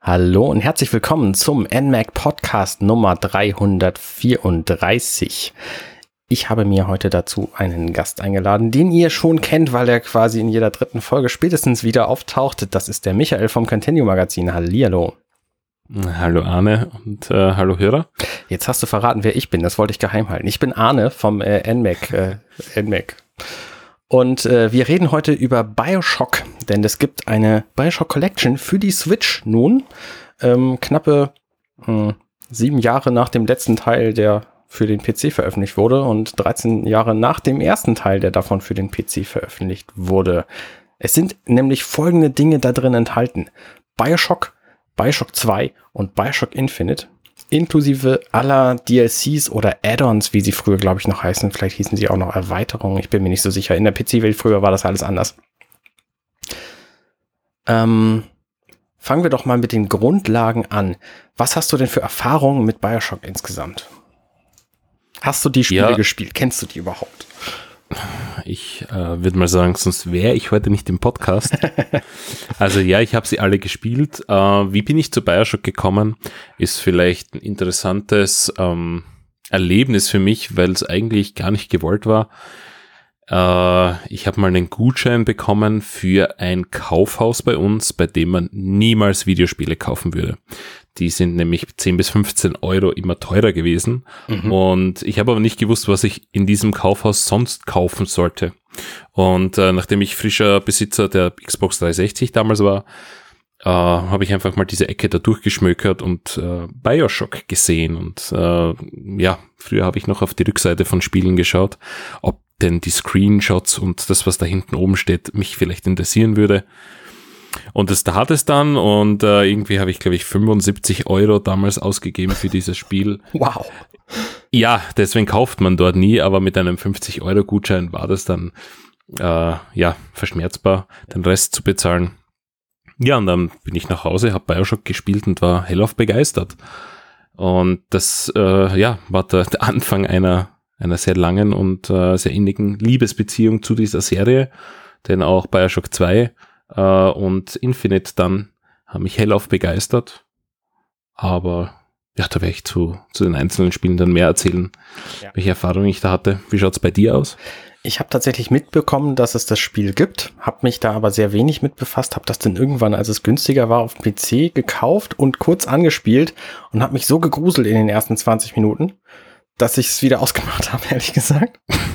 Hallo und herzlich willkommen zum NMAC Podcast Nummer 334. Ich habe mir heute dazu einen Gast eingeladen, den ihr schon kennt, weil er quasi in jeder dritten Folge spätestens wieder auftaucht. Das ist der Michael vom Continue Magazin. Hallihallo. Hallo Arne und hallo Hörer. Jetzt hast du verraten, wer ich bin. Das wollte ich geheim halten. Ich bin Arne vom NMAC. Und wir reden heute über BioShock, denn es gibt eine BioShock Collection für die Switch nun. Knappe 7 Jahre nach dem letzten Teil, der für den PC veröffentlicht wurde, und 13 Jahre nach dem ersten Teil, der davon für den PC veröffentlicht wurde. Es sind nämlich folgende Dinge da drin enthalten: BioShock, BioShock 2 und BioShock Infinite, inklusive aller DLCs oder Add-ons, wie sie früher, glaube ich, noch heißen. Vielleicht hießen sie auch noch Erweiterungen. Ich bin mir nicht so sicher. In der PC-Welt früher war das alles anders. Fangen wir doch mal mit den Grundlagen an. Was hast du denn für Erfahrungen mit BioShock insgesamt? Hast du die Spiele gespielt? Kennst du die überhaupt? Ich würde mal sagen, sonst wäre ich heute nicht im Podcast. Also ja, ich habe sie alle gespielt. Wie bin ich zu BioShock gekommen? Ist vielleicht ein interessantes Erlebnis für mich, weil es eigentlich gar nicht gewollt war. Ich habe mal einen Gutschein bekommen für ein Kaufhaus bei uns, bei dem man niemals Videospiele kaufen würde. Die sind nämlich 10 bis 15 Euro immer teurer gewesen. Und ich habe aber nicht gewusst, was ich in diesem Kaufhaus sonst kaufen sollte. Und nachdem ich frischer Besitzer der Xbox 360 damals war, habe ich einfach mal diese Ecke da durchgeschmökert und BioShock gesehen. Und ja, früher habe ich noch auf die Rückseite von Spielen geschaut, ob denn die Screenshots und das, was da hinten oben steht, mich vielleicht interessieren würde. Und das tat es dann, und irgendwie habe ich, glaube ich, 75 Euro damals ausgegeben für dieses Spiel. Wow. Ja, deswegen kauft man dort nie, aber mit einem 50-Euro-Gutschein war das dann verschmerzbar, den Rest zu bezahlen. Ja, und dann bin ich nach Hause, habe BioShock gespielt und war hellauf begeistert. Und das war der Anfang einer sehr langen und sehr innigen Liebesbeziehung zu dieser Serie, denn auch BioShock 2 und Infinite dann haben mich hellauf begeistert. Aber ja, da werde ich zu den einzelnen Spielen dann mehr erzählen, welche Erfahrungen ich da hatte. Wie schaut's bei dir aus? Ich habe tatsächlich mitbekommen, dass es das Spiel gibt, habe mich da aber sehr wenig mit befasst, habe das dann irgendwann, als es günstiger war, auf dem PC gekauft und kurz angespielt und habe mich so gegruselt in den ersten 20 Minuten, dass ich es wieder ausgemacht habe, ehrlich gesagt.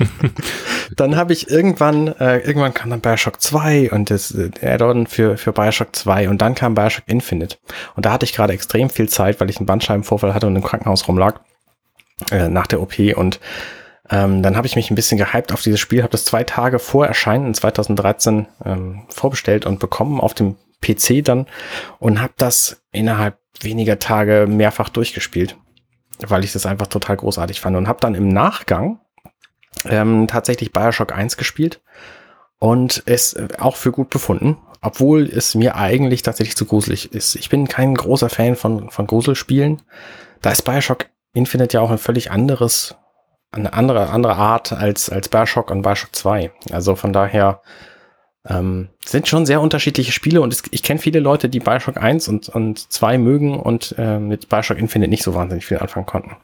Dann habe ich irgendwann kam dann BioShock 2 und das Add-on für BioShock 2, und dann kam BioShock Infinite. Und da hatte ich gerade extrem viel Zeit, weil ich einen Bandscheibenvorfall hatte und im Krankenhaus rumlag nach der OP, und dann habe ich mich ein bisschen gehypt auf dieses Spiel, habe das 2 Tage vor Erscheinen in 2013 vorbestellt und bekommen auf dem PC dann, und habe das innerhalb weniger Tage mehrfach durchgespielt, weil ich das einfach total großartig fand, und habe dann im Nachgang tatsächlich BioShock 1 gespielt und es auch für gut befunden, obwohl es mir eigentlich tatsächlich zu gruselig ist. Ich bin kein großer Fan von Gruselspielen. Da ist BioShock Infinite ja auch ein völlig eine andere Art als BioShock und BioShock 2. Also von daher sind schon sehr unterschiedliche Spiele, und ich kenne viele Leute, die BioShock 1 und 2 mögen und mit BioShock Infinite nicht so wahnsinnig viel anfangen konnten.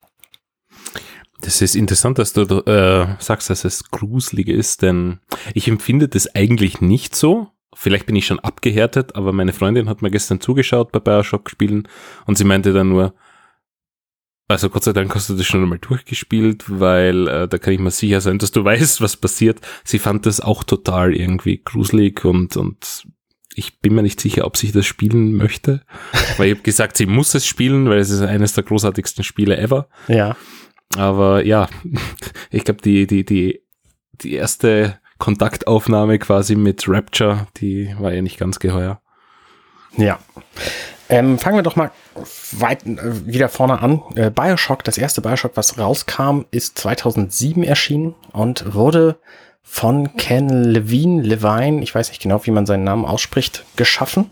Das ist interessant, dass du sagst, dass es gruselig ist, denn ich empfinde das eigentlich nicht so. Vielleicht bin ich schon abgehärtet, aber meine Freundin hat mir gestern zugeschaut bei BioShock-Spielen und sie meinte dann nur, also Gott sei Dank hast du das schon einmal durchgespielt, weil da kann ich mir sicher sein, dass du weißt, was passiert. Sie fand das auch total irgendwie gruselig und ich bin mir nicht sicher, ob sie das spielen möchte, weil ich habe gesagt, sie muss es spielen, weil es ist eines der großartigsten Spiele ever. Ja. Aber ja, ich glaube, die erste Kontaktaufnahme quasi mit Rapture, die war ja nicht ganz geheuer. Ja. Fangen wir doch mal wieder vorne an. BioShock, das erste BioShock, was rauskam, ist 2007 erschienen und wurde von Ken Levine, ich weiß nicht genau, wie man seinen Namen ausspricht, geschaffen.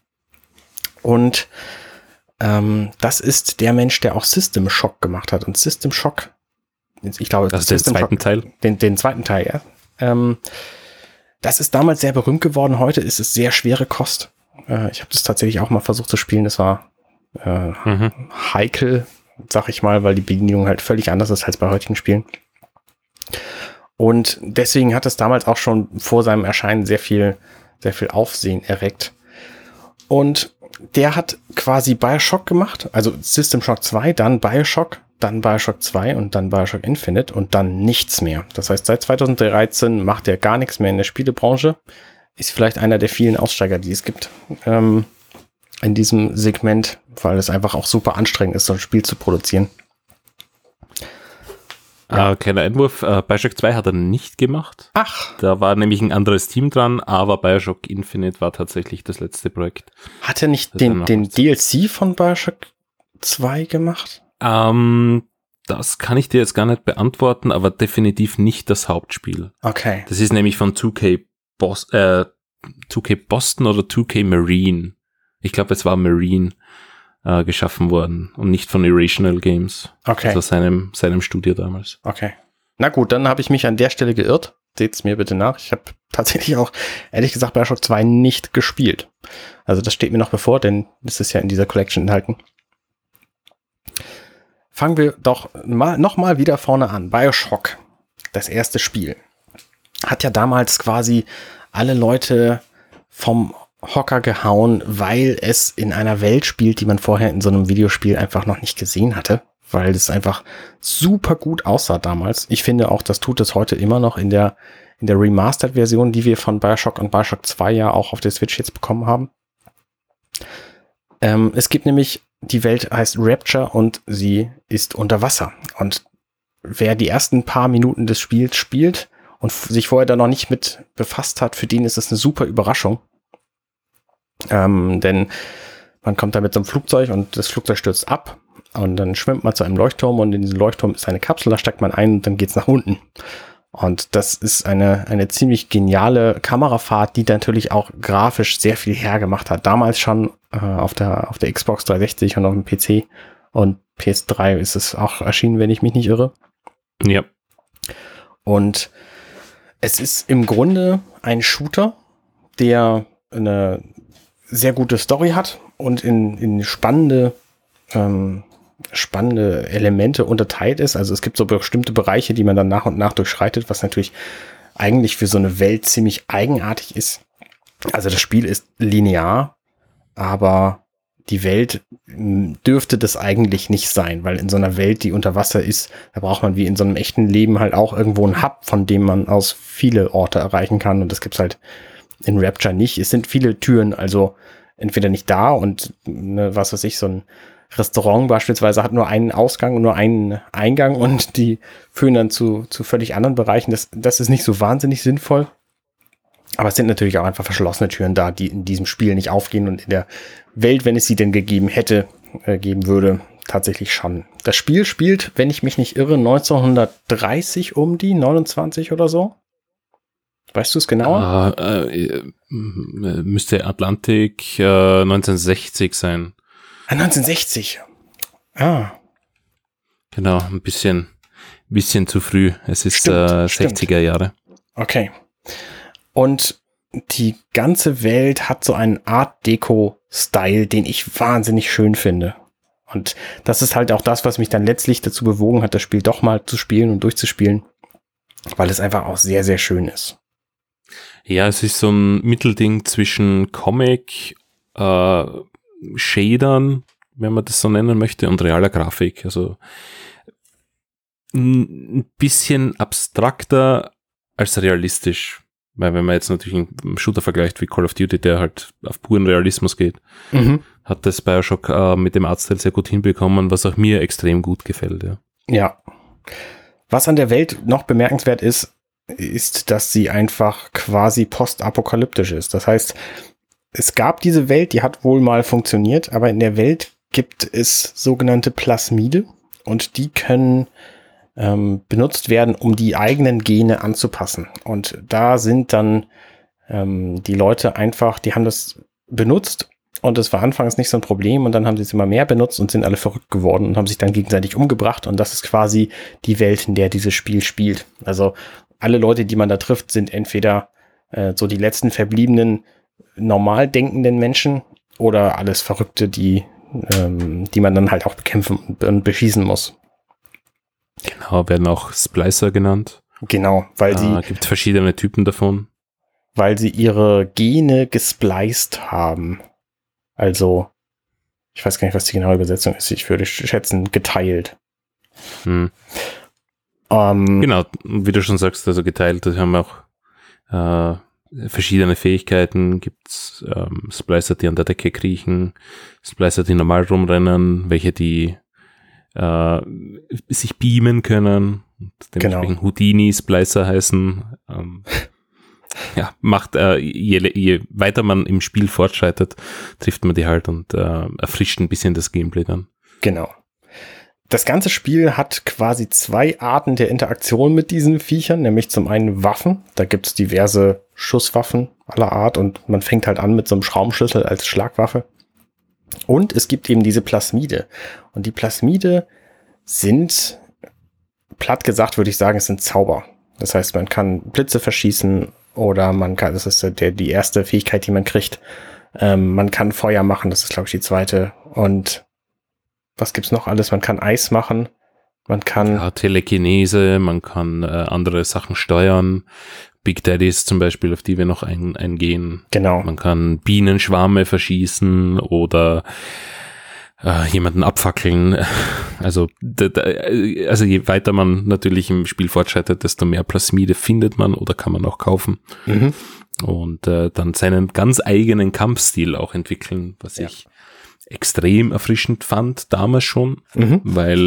Und das ist der Mensch, der auch System Shock gemacht hat. Und System Shock, ich glaube, das ist der zweite Teil. Den zweiten Teil, ja. Das ist damals sehr berühmt geworden. Heute ist es sehr schwere Kost. Ich habe das tatsächlich auch mal versucht zu spielen. Das war heikel, sag ich mal, weil die Bedienung halt völlig anders ist als bei heutigen Spielen. Und deswegen hat es damals auch schon vor seinem Erscheinen sehr viel Aufsehen erregt. Und der hat quasi BioShock gemacht, also System Shock 2, dann BioShock 2 und dann BioShock Infinite und dann nichts mehr. Das heißt, seit 2013 macht er gar nichts mehr in der Spielebranche. Ist vielleicht einer der vielen Aussteiger, die es gibt in diesem Segment, weil es einfach auch super anstrengend ist, so ein Spiel zu produzieren. Kleiner Einwurf, BioShock 2 hat er nicht gemacht. Ach. Da war nämlich ein anderes Team dran, aber BioShock Infinite war tatsächlich das letzte Projekt. Hat er nicht den DLC von BioShock 2 gemacht? Das kann ich dir jetzt gar nicht beantworten, aber definitiv nicht das Hauptspiel. Okay. Das ist nämlich von 2K Boston oder 2K Marine. Ich glaube, es war Marine geschaffen worden und nicht von Irrational Games. Okay. Also seinem Studio damals. Okay. Na gut, dann habe ich mich an der Stelle geirrt. Seht's mir bitte nach. Ich habe tatsächlich auch, ehrlich gesagt, BioShock 2 nicht gespielt. Also das steht mir noch bevor, denn das ist ja in dieser Collection enthalten. Fangen wir doch nochmal wieder vorne an. BioShock, das erste Spiel, hat ja damals quasi alle Leute vom Hocker gehauen, weil es in einer Welt spielt, die man vorher in so einem Videospiel einfach noch nicht gesehen hatte, weil es einfach super gut aussah damals. Ich finde auch, das tut es heute immer noch in der Remastered-Version, die wir von BioShock und BioShock 2 ja auch auf der Switch jetzt bekommen haben. Es gibt nämlich, die Welt heißt Rapture und sie ist unter Wasser. Und wer die ersten paar Minuten des Spiels spielt und sich vorher da noch nicht mit befasst hat, für den ist es eine super Überraschung. Denn man kommt da mit so einem Flugzeug und das Flugzeug stürzt ab und dann schwimmt man zu einem Leuchtturm und in diesem Leuchtturm ist eine Kapsel, da steigt man ein und dann geht's nach unten. Und das ist eine ziemlich geniale Kamerafahrt, die natürlich auch grafisch sehr viel hergemacht hat. Damals schon auf der Xbox 360 und auf dem PC und PS3 ist es auch erschienen, wenn ich mich nicht irre. Ja. Und es ist im Grunde ein Shooter, der eine sehr gute Story hat und in spannende Elemente unterteilt ist. Also es gibt so bestimmte Bereiche, die man dann nach und nach durchschreitet, was natürlich eigentlich für so eine Welt ziemlich eigenartig ist. Also das Spiel ist linear, aber die Welt dürfte das eigentlich nicht sein, weil in so einer Welt, die unter Wasser ist, da braucht man wie in so einem echten Leben halt auch irgendwo einen Hub, von dem man aus viele Orte erreichen kann. Und das gibt's halt in Rapture nicht. Es sind viele Türen, also entweder nicht da und was weiß ich, so ein Restaurant beispielsweise hat nur einen Ausgang und nur einen Eingang und die führen dann zu völlig anderen Bereichen. Das ist nicht so wahnsinnig sinnvoll. Aber es sind natürlich auch einfach verschlossene Türen da, die in diesem Spiel nicht aufgehen und in der Welt, wenn es sie denn geben würde, tatsächlich schon. Das Spiel spielt, wenn ich mich nicht irre, 1930 um die 29 oder so. Weißt du es genauer? Müsste Atlantik 1960 sein. 1960. Ah. Genau, ein bisschen zu früh. Es ist Stimmt. 60er Jahre. Okay. Und die ganze Welt hat so einen Art-Deco-Style, den ich wahnsinnig schön finde. Und das ist halt auch das, was mich dann letztlich dazu bewogen hat, das Spiel doch mal zu spielen und durchzuspielen, weil es einfach auch sehr, sehr schön ist. Ja, es ist so ein Mittelding zwischen Comic, Shadern, wenn man das so nennen möchte, und realer Grafik. Also ein bisschen abstrakter als realistisch. Weil wenn man jetzt natürlich einen Shooter vergleicht wie Call of Duty, der halt auf puren Realismus geht, hat das BioShock mit dem Artstyle sehr gut hinbekommen, was auch mir extrem gut gefällt. Ja. Ja. Was an der Welt noch bemerkenswert ist, dass sie einfach quasi postapokalyptisch ist. Das heißt, es gab diese Welt, die hat wohl mal funktioniert, aber in der Welt gibt es sogenannte Plasmide und die können benutzt werden, um die eigenen Gene anzupassen. Und da sind dann die Leute einfach, die haben das benutzt und es war anfangs nicht so ein Problem und dann haben sie es immer mehr benutzt und sind alle verrückt geworden und haben sich dann gegenseitig umgebracht und das ist quasi die Welt, in der dieses Spiel spielt. Also alle Leute, die man da trifft, sind entweder so die letzten verbliebenen normal denkenden Menschen oder alles Verrückte, die man dann halt auch bekämpfen und beschießen muss. Genau, werden auch Splicer genannt. Genau, gibt verschiedene Typen davon. Weil sie ihre Gene gespliced haben. Also, ich weiß gar nicht, was die genaue Übersetzung ist. Ich würde schätzen, geteilt. Genau, wie du schon sagst, also geteilt, die haben auch verschiedene Fähigkeiten. Gibt's Splicer, die an der Decke kriechen, Splicer, die normal rumrennen, welche die sich beamen können. Und dementsprechend Houdini-Splicer heißen. Macht, je weiter man im Spiel fortschreitet, trifft man die halt und erfrischt ein bisschen das Gameplay dann. Genau. Das ganze Spiel hat quasi 2 Arten der Interaktion mit diesen Viechern, nämlich zum einen Waffen. Da gibt es diverse Schusswaffen aller Art und man fängt halt an mit so einem Schraubenschlüssel als Schlagwaffe. Und es gibt eben diese Plasmide. Und die Plasmide sind, platt gesagt würde ich sagen, es sind Zauber. Das heißt, man kann Blitze verschießen oder man kann, das ist die erste Fähigkeit, die man kriegt. Man kann Feuer machen, das ist glaube ich die zweite. Und was gibt's noch alles? Man kann Eis machen, man kann... Telekinese, man kann andere Sachen steuern. Big Daddies zum Beispiel, auf die wir noch eingehen. Genau. Man kann Bienenschwarme verschießen oder jemanden abfackeln. Also je weiter man natürlich im Spiel fortschreitet, desto mehr Plasmide findet man oder kann man auch kaufen. Mhm. Und dann seinen ganz eigenen Kampfstil auch entwickeln, was ich extrem erfrischend fand damals schon, weil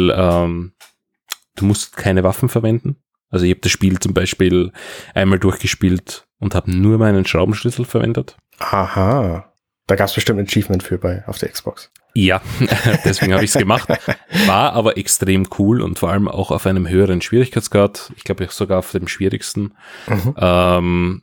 du musst keine Waffen verwenden. Also ich habe das Spiel zum Beispiel einmal durchgespielt und habe nur meinen Schraubenschlüssel verwendet. Aha, da gab es bestimmt ein Achievement für auf der Xbox. Ja, deswegen habe ich es gemacht. War aber extrem cool und vor allem auch auf einem höheren Schwierigkeitsgrad. Ich glaube sogar auf dem schwierigsten. Da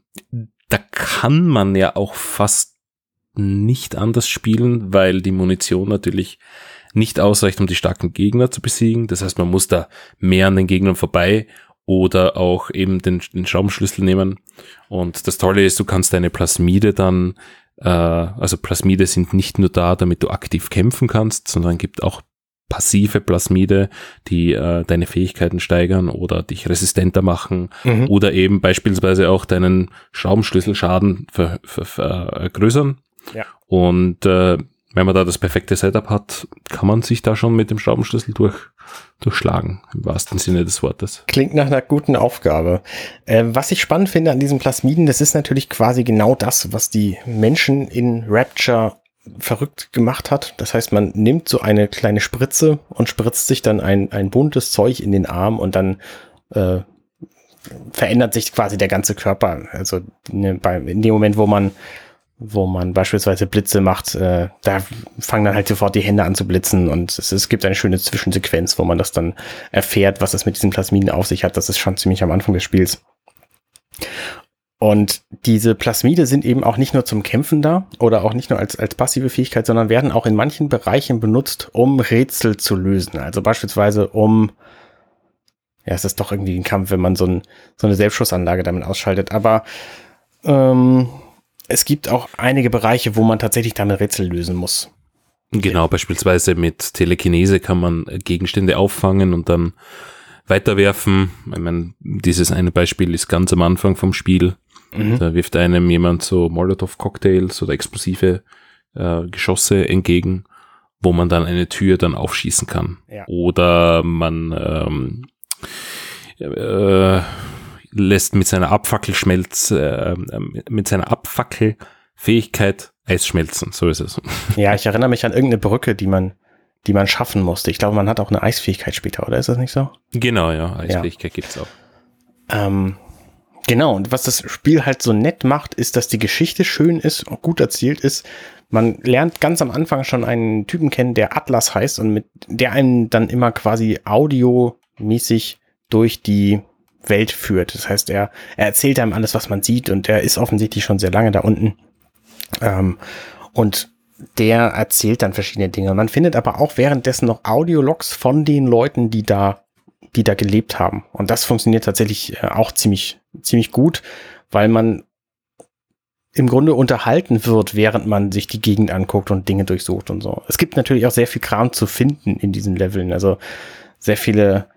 kann man ja auch fast nicht anders spielen, weil die Munition natürlich nicht ausreicht, um die starken Gegner zu besiegen. Das heißt, man muss da mehr an den Gegnern vorbei oder auch eben den Schraubenschlüssel nehmen. Und das Tolle ist, du kannst deine Plasmide dann, also Plasmide sind nicht nur da, damit du aktiv kämpfen kannst, sondern gibt auch passive Plasmide, die deine Fähigkeiten steigern oder dich resistenter machen oder eben beispielsweise auch deinen Schraubenschlüsselschaden vergrößern. Ja. Und wenn man da das perfekte Setup hat, kann man sich da schon mit dem Schraubenschlüssel durchschlagen, im wahrsten Sinne des Wortes. Klingt nach einer guten Aufgabe. Was ich spannend finde an diesen Plasmiden, das ist natürlich quasi genau das, was die Menschen in Rapture verrückt gemacht hat. Das heißt, man nimmt so eine kleine Spritze und spritzt sich dann ein buntes Zeug in den Arm und dann verändert sich quasi der ganze Körper. Also in dem Moment, wo man beispielsweise Blitze macht, da fangen dann halt sofort die Hände an zu blitzen und es gibt eine schöne Zwischensequenz, wo man das dann erfährt, was es mit diesen Plasmiden auf sich hat. Das ist schon ziemlich am Anfang des Spiels. Und diese Plasmide sind eben auch nicht nur zum Kämpfen da oder auch nicht nur als passive Fähigkeit, sondern werden auch in manchen Bereichen benutzt, um Rätsel zu lösen. Also beispielsweise es ist doch irgendwie ein Kampf, wenn man so eine Selbstschussanlage damit ausschaltet. Aber es gibt auch einige Bereiche, wo man tatsächlich damit Rätsel lösen muss. Genau, beispielsweise mit Telekinese kann man Gegenstände auffangen und dann weiterwerfen. Ich meine, dieses eine Beispiel ist ganz am Anfang vom Spiel. Da wirft einem jemand so Molotov-Cocktails oder explosive Geschosse entgegen, wo man dann eine Tür dann aufschießen kann. Ja. Oder man lässt mit seiner Abfackelfähigkeit Eis schmelzen, so ist es. Ja, ich erinnere mich an irgendeine Brücke, die man schaffen musste. Ich glaube, man hat auch eine Eisfähigkeit später, oder ist das nicht so? Genau, ja, Eisfähigkeit gibt's auch. Genau, und was das Spiel halt so nett macht, ist, dass die Geschichte schön ist und gut erzählt ist. Man lernt ganz am Anfang schon einen Typen kennen, der Atlas heißt und mit der einem dann immer quasi audiomäßig durch die Welt führt. Das heißt, er erzählt einem alles, was man sieht und er ist offensichtlich schon sehr lange da unten. Und der erzählt dann verschiedene Dinge. Man findet aber auch währenddessen noch Audiologs von den Leuten, die da gelebt haben. Und das funktioniert tatsächlich auch ziemlich gut, weil man im Grunde unterhalten wird, während man sich die Gegend anguckt und Dinge durchsucht und so. Es gibt natürlich auch sehr viel Kram zu finden in diesen Leveln, also sehr viele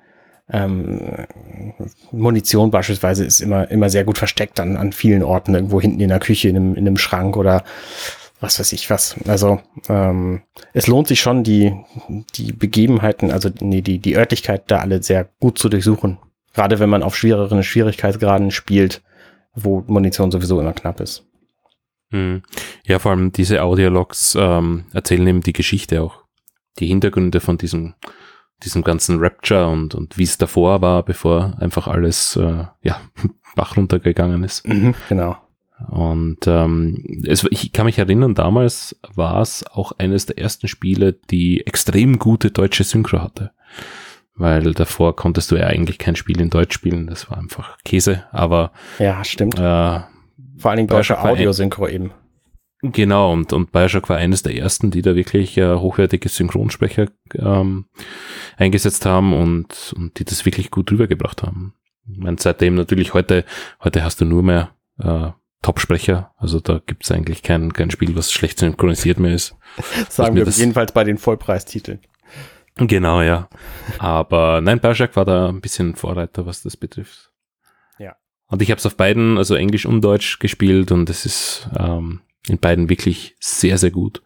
Munition beispielsweise ist immer sehr gut versteckt an vielen Orten, irgendwo hinten in der Küche, in einem Schrank oder was weiß ich was. Also es lohnt sich schon, die Begebenheiten, also die Örtlichkeit da alle sehr gut zu durchsuchen. Gerade wenn man auf schwereren Schwierigkeitsgraden spielt, wo Munition sowieso immer knapp ist. Ja, vor allem diese Audiologs erzählen eben die Geschichte auch. Die Hintergründe von diesem ganzen Rapture und wie es davor war, bevor einfach alles Bach runtergegangen ist. Genau. Und ich kann mich erinnern, damals war es auch eines der ersten Spiele, die extrem gute deutsche Synchro hatte. Weil davor konntest du ja eigentlich kein Spiel in Deutsch spielen, das war einfach Käse, aber ja, stimmt. Vor allen Dingen deutsche Audiosynchro eben. Genau, und BioShock war eines der ersten, die da wirklich hochwertige Synchronsprecher eingesetzt haben und die das wirklich gut rübergebracht haben. Ich meine, seitdem natürlich heute hast du nur mehr Top-Sprecher, also da gibt es eigentlich kein Spiel, was schlecht synchronisiert mehr ist. Sagen wir jedenfalls bei den Vollpreistiteln. Genau, ja. Aber nein, BioShock war da ein bisschen Vorreiter, was das betrifft. Ja. Und ich habe es auf beiden, also Englisch und Deutsch gespielt und es ist in beiden wirklich sehr, sehr gut.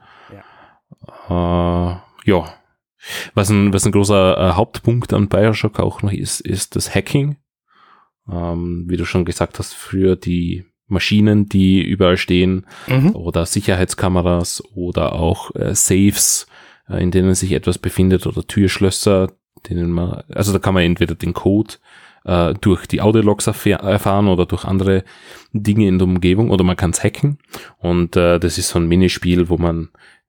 Ja. Was ein großer Hauptpunkt an BioShock auch noch ist das Hacking. Wie du schon gesagt hast, für die Maschinen, die überall stehen, oder Sicherheitskameras oder auch Safes, in denen sich etwas befindet, oder Türschlösser, also da kann man entweder den Code durch die Audiologs erfahren oder durch andere Dinge in der Umgebung, oder man kann es hacken. Und das ist so ein Minispiel, wo man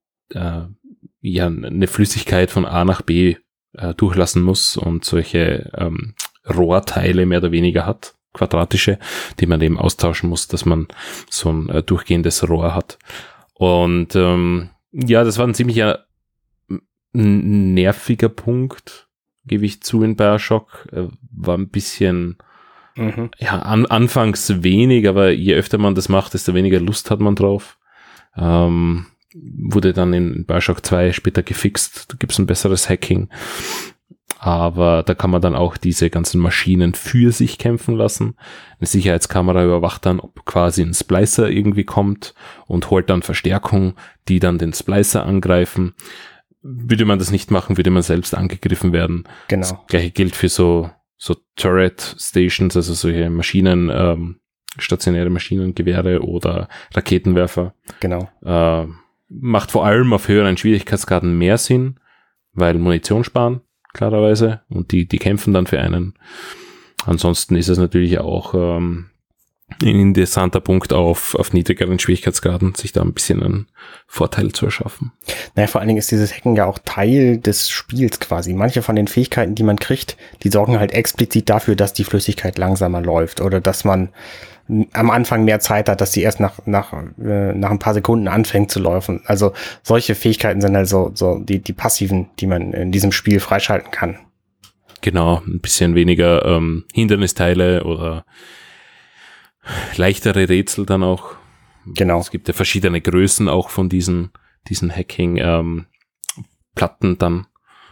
eine Flüssigkeit von A nach B durchlassen muss und solche Rohrteile mehr oder weniger hat, quadratische, die man eben austauschen muss, dass man so ein durchgehendes Rohr hat. Und das war ein ziemlicher nerviger Punkt, gebe ich zu, in BioShock. War ein bisschen anfangs wenig, aber je öfter man das macht, desto weniger Lust hat man drauf. Wurde dann in BioShock 2 später gefixt, da gibt es ein besseres Hacking. Aber da kann man dann auch diese ganzen Maschinen für sich kämpfen lassen. Eine Sicherheitskamera überwacht dann, ob quasi ein Splicer irgendwie kommt und holt dann Verstärkung, die dann den Splicer angreifen. Würde man das nicht machen, würde man selbst angegriffen werden. Genau. Das gleiche gilt für so Turret Stations, also solche Maschinen, stationäre Maschinengewehre oder Raketenwerfer. Genau. Macht vor allem auf höheren Schwierigkeitsgraden mehr Sinn, weil Munition sparen, klarerweise, und die kämpfen dann für einen. Ansonsten ist es natürlich auch ein interessanter Punkt auf niedrigeren Schwierigkeitsgraden, sich da ein bisschen einen Vorteil zu erschaffen. Naja, vor allen Dingen ist dieses Hacken ja auch Teil des Spiels quasi. Manche von den Fähigkeiten, die man kriegt, die sorgen halt explizit dafür, dass die Flüssigkeit langsamer läuft oder dass man am Anfang mehr Zeit hat, dass die erst nach ein paar Sekunden anfängt zu laufen. Also solche Fähigkeiten sind halt so die passiven, die man in diesem Spiel freischalten kann. Genau, ein bisschen weniger Hindernisteile oder leichtere Rätsel dann auch. Genau. Es gibt ja verschiedene Größen auch von diesen Hacking Platten dann.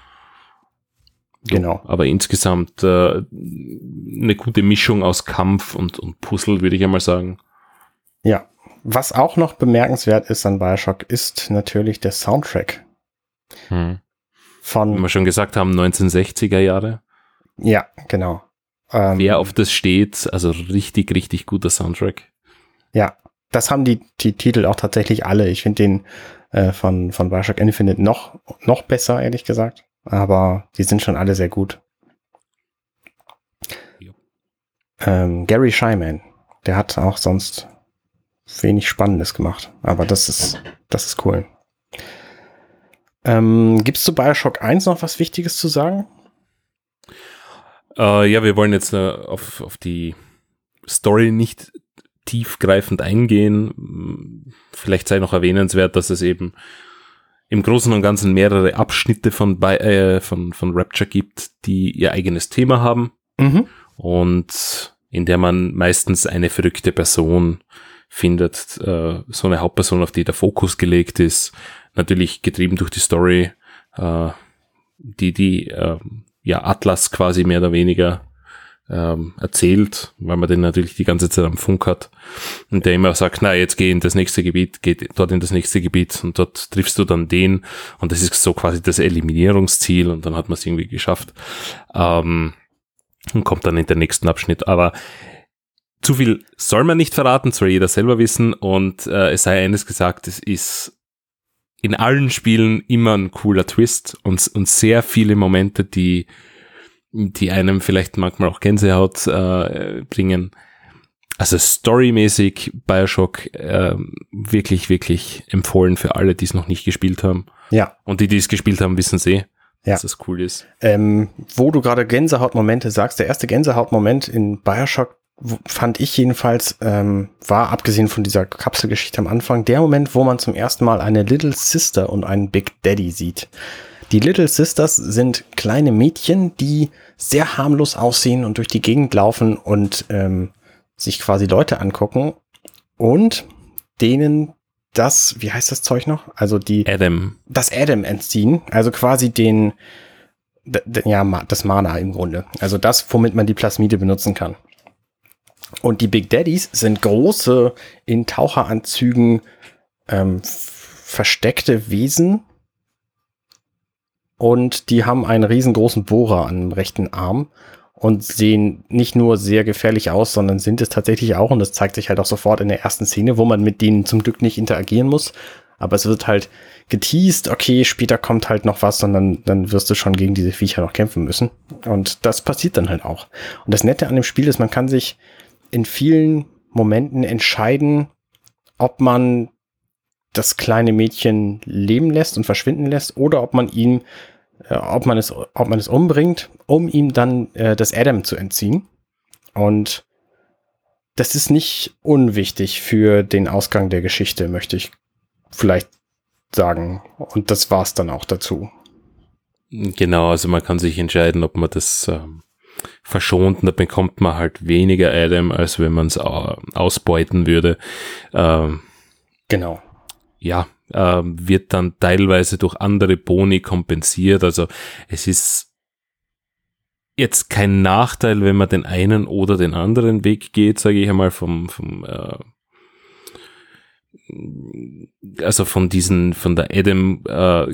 Genau. Aber insgesamt eine gute Mischung aus Kampf und Puzzle, würde ich einmal sagen. Ja. Was auch noch bemerkenswert ist an BioShock, ist natürlich der Soundtrack. Wie wir schon gesagt haben, 1960er Jahre. Ja, genau. Wer auf das steht, also richtig, richtig guter Soundtrack. Ja, das haben die Titel auch tatsächlich alle. Ich finde den von BioShock Infinite noch besser, ehrlich gesagt. Aber die sind schon alle sehr gut. Gary Shyman, der hat auch sonst wenig Spannendes gemacht. Aber das ist cool. Gibt's zu BioShock 1 noch was Wichtiges zu sagen? Ja, wir wollen jetzt auf die Story nicht tiefgreifend eingehen. Vielleicht sei noch erwähnenswert, dass es eben im Großen und Ganzen mehrere Abschnitte von Rapture gibt, die ihr eigenes Thema haben und in der man meistens eine verrückte Person findet, so eine Hauptperson, auf die der Fokus gelegt ist, natürlich getrieben durch die Story, die Atlas quasi mehr oder weniger erzählt, weil man den natürlich die ganze Zeit am Funk hat und der immer sagt, na, jetzt geh in das nächste Gebiet, geh dort in das nächste Gebiet und dort triffst du dann den und das ist so quasi das Eliminierungsziel und dann hat man es irgendwie geschafft und kommt dann in den nächsten Abschnitt, aber zu viel soll man nicht verraten, soll jeder selber wissen und es sei eines gesagt, es ist in allen Spielen immer ein cooler Twist und sehr viele Momente, die einem vielleicht manchmal auch Gänsehaut bringen. Also storymäßig BioShock wirklich, wirklich empfohlen für alle, die es noch nicht gespielt haben. Ja. Und die es gespielt haben, wissen dass es cool ist. Wo du gerade Gänsehautmomente sagst, der erste Gänsehautmoment in BioShock fand ich jedenfalls, war abgesehen von dieser Kapselgeschichte am Anfang, der Moment, wo man zum ersten Mal eine Little Sister und einen Big Daddy sieht. Die Little Sisters sind kleine Mädchen, die sehr harmlos aussehen und durch die Gegend laufen und sich quasi Leute angucken und denen das, wie heißt das Zeug noch? Also das Adam entziehen, also quasi das Mana im Grunde. Also das, womit man die Plasmide benutzen kann. Und die Big Daddies sind große, in Taucheranzügen versteckte Wesen. Und die haben einen riesengroßen Bohrer am rechten Arm und sehen nicht nur sehr gefährlich aus, sondern sind es tatsächlich auch. Und das zeigt sich halt auch sofort in der ersten Szene, wo man mit denen zum Glück nicht interagieren muss. Aber es wird halt geteased, okay, später kommt halt noch was, sondern dann wirst du schon gegen diese Viecher noch kämpfen müssen. Und das passiert dann halt auch. Und das Nette an dem Spiel ist, man kann sich in vielen Momenten entscheiden, ob man das kleine Mädchen leben lässt und verschwinden lässt oder ob man es umbringt, um ihm dann das Adam zu entziehen. Und das ist nicht unwichtig für den Ausgang der Geschichte, möchte ich vielleicht sagen. Und das war's dann auch dazu. Genau, also man kann sich entscheiden, ob man das verschont, und da bekommt man halt weniger Adam, als wenn man es ausbeuten würde. Genau. Ja, wird dann teilweise durch andere Boni kompensiert. Also es ist jetzt kein Nachteil, wenn man den einen oder den anderen Weg geht, sage ich einmal, von der Adam,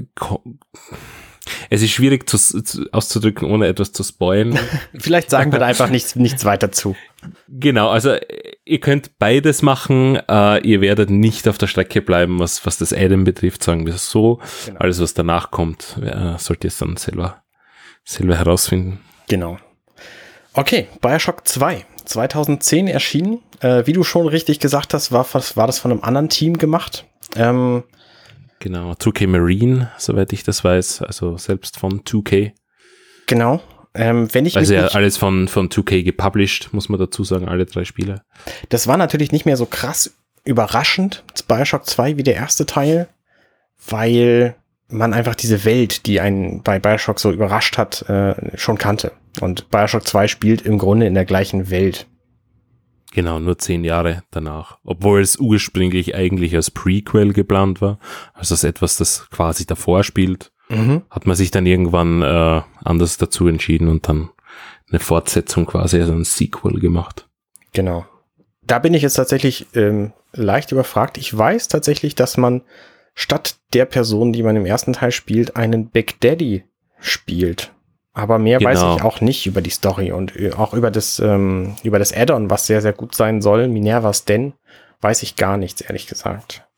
es ist schwierig auszudrücken, ohne etwas zu spoilen. Vielleicht sagen wir da einfach nichts weiter zu. Genau, also ihr könnt beides machen, ihr werdet nicht auf der Strecke bleiben, was das Adam betrifft, sagen wir es so. Genau. Alles, was danach kommt, sollt ihr es dann selber herausfinden. Genau. Okay, BioShock 2, 2010 erschienen. Wie du schon richtig gesagt hast, war das von einem anderen Team gemacht. Genau, 2K Marine, soweit ich das weiß, also selbst von 2K. Genau. Also ja, alles von 2K gepublished, muss man dazu sagen, alle 3 Spiele. Das war natürlich nicht mehr so krass überraschend, BioShock 2 wie der erste Teil, weil man einfach diese Welt, die einen bei BioShock so überrascht hat, schon kannte. Und BioShock 2 spielt im Grunde in der gleichen Welt. Genau, nur 10 Jahre danach. Obwohl es ursprünglich eigentlich als Prequel geplant war, also als etwas, das quasi davor spielt, hat man sich dann irgendwann anders dazu entschieden und dann eine Fortsetzung quasi, also ein Sequel gemacht. Genau. Da bin ich jetzt tatsächlich leicht überfragt. Ich weiß tatsächlich, dass man statt der Person, die man im ersten Teil spielt, einen Big Daddy spielt. Aber mehr weiß ich auch nicht über die Story und auch über das Add-on, was sehr, sehr gut sein soll. Minerva's Den, weiß ich gar nichts, ehrlich gesagt.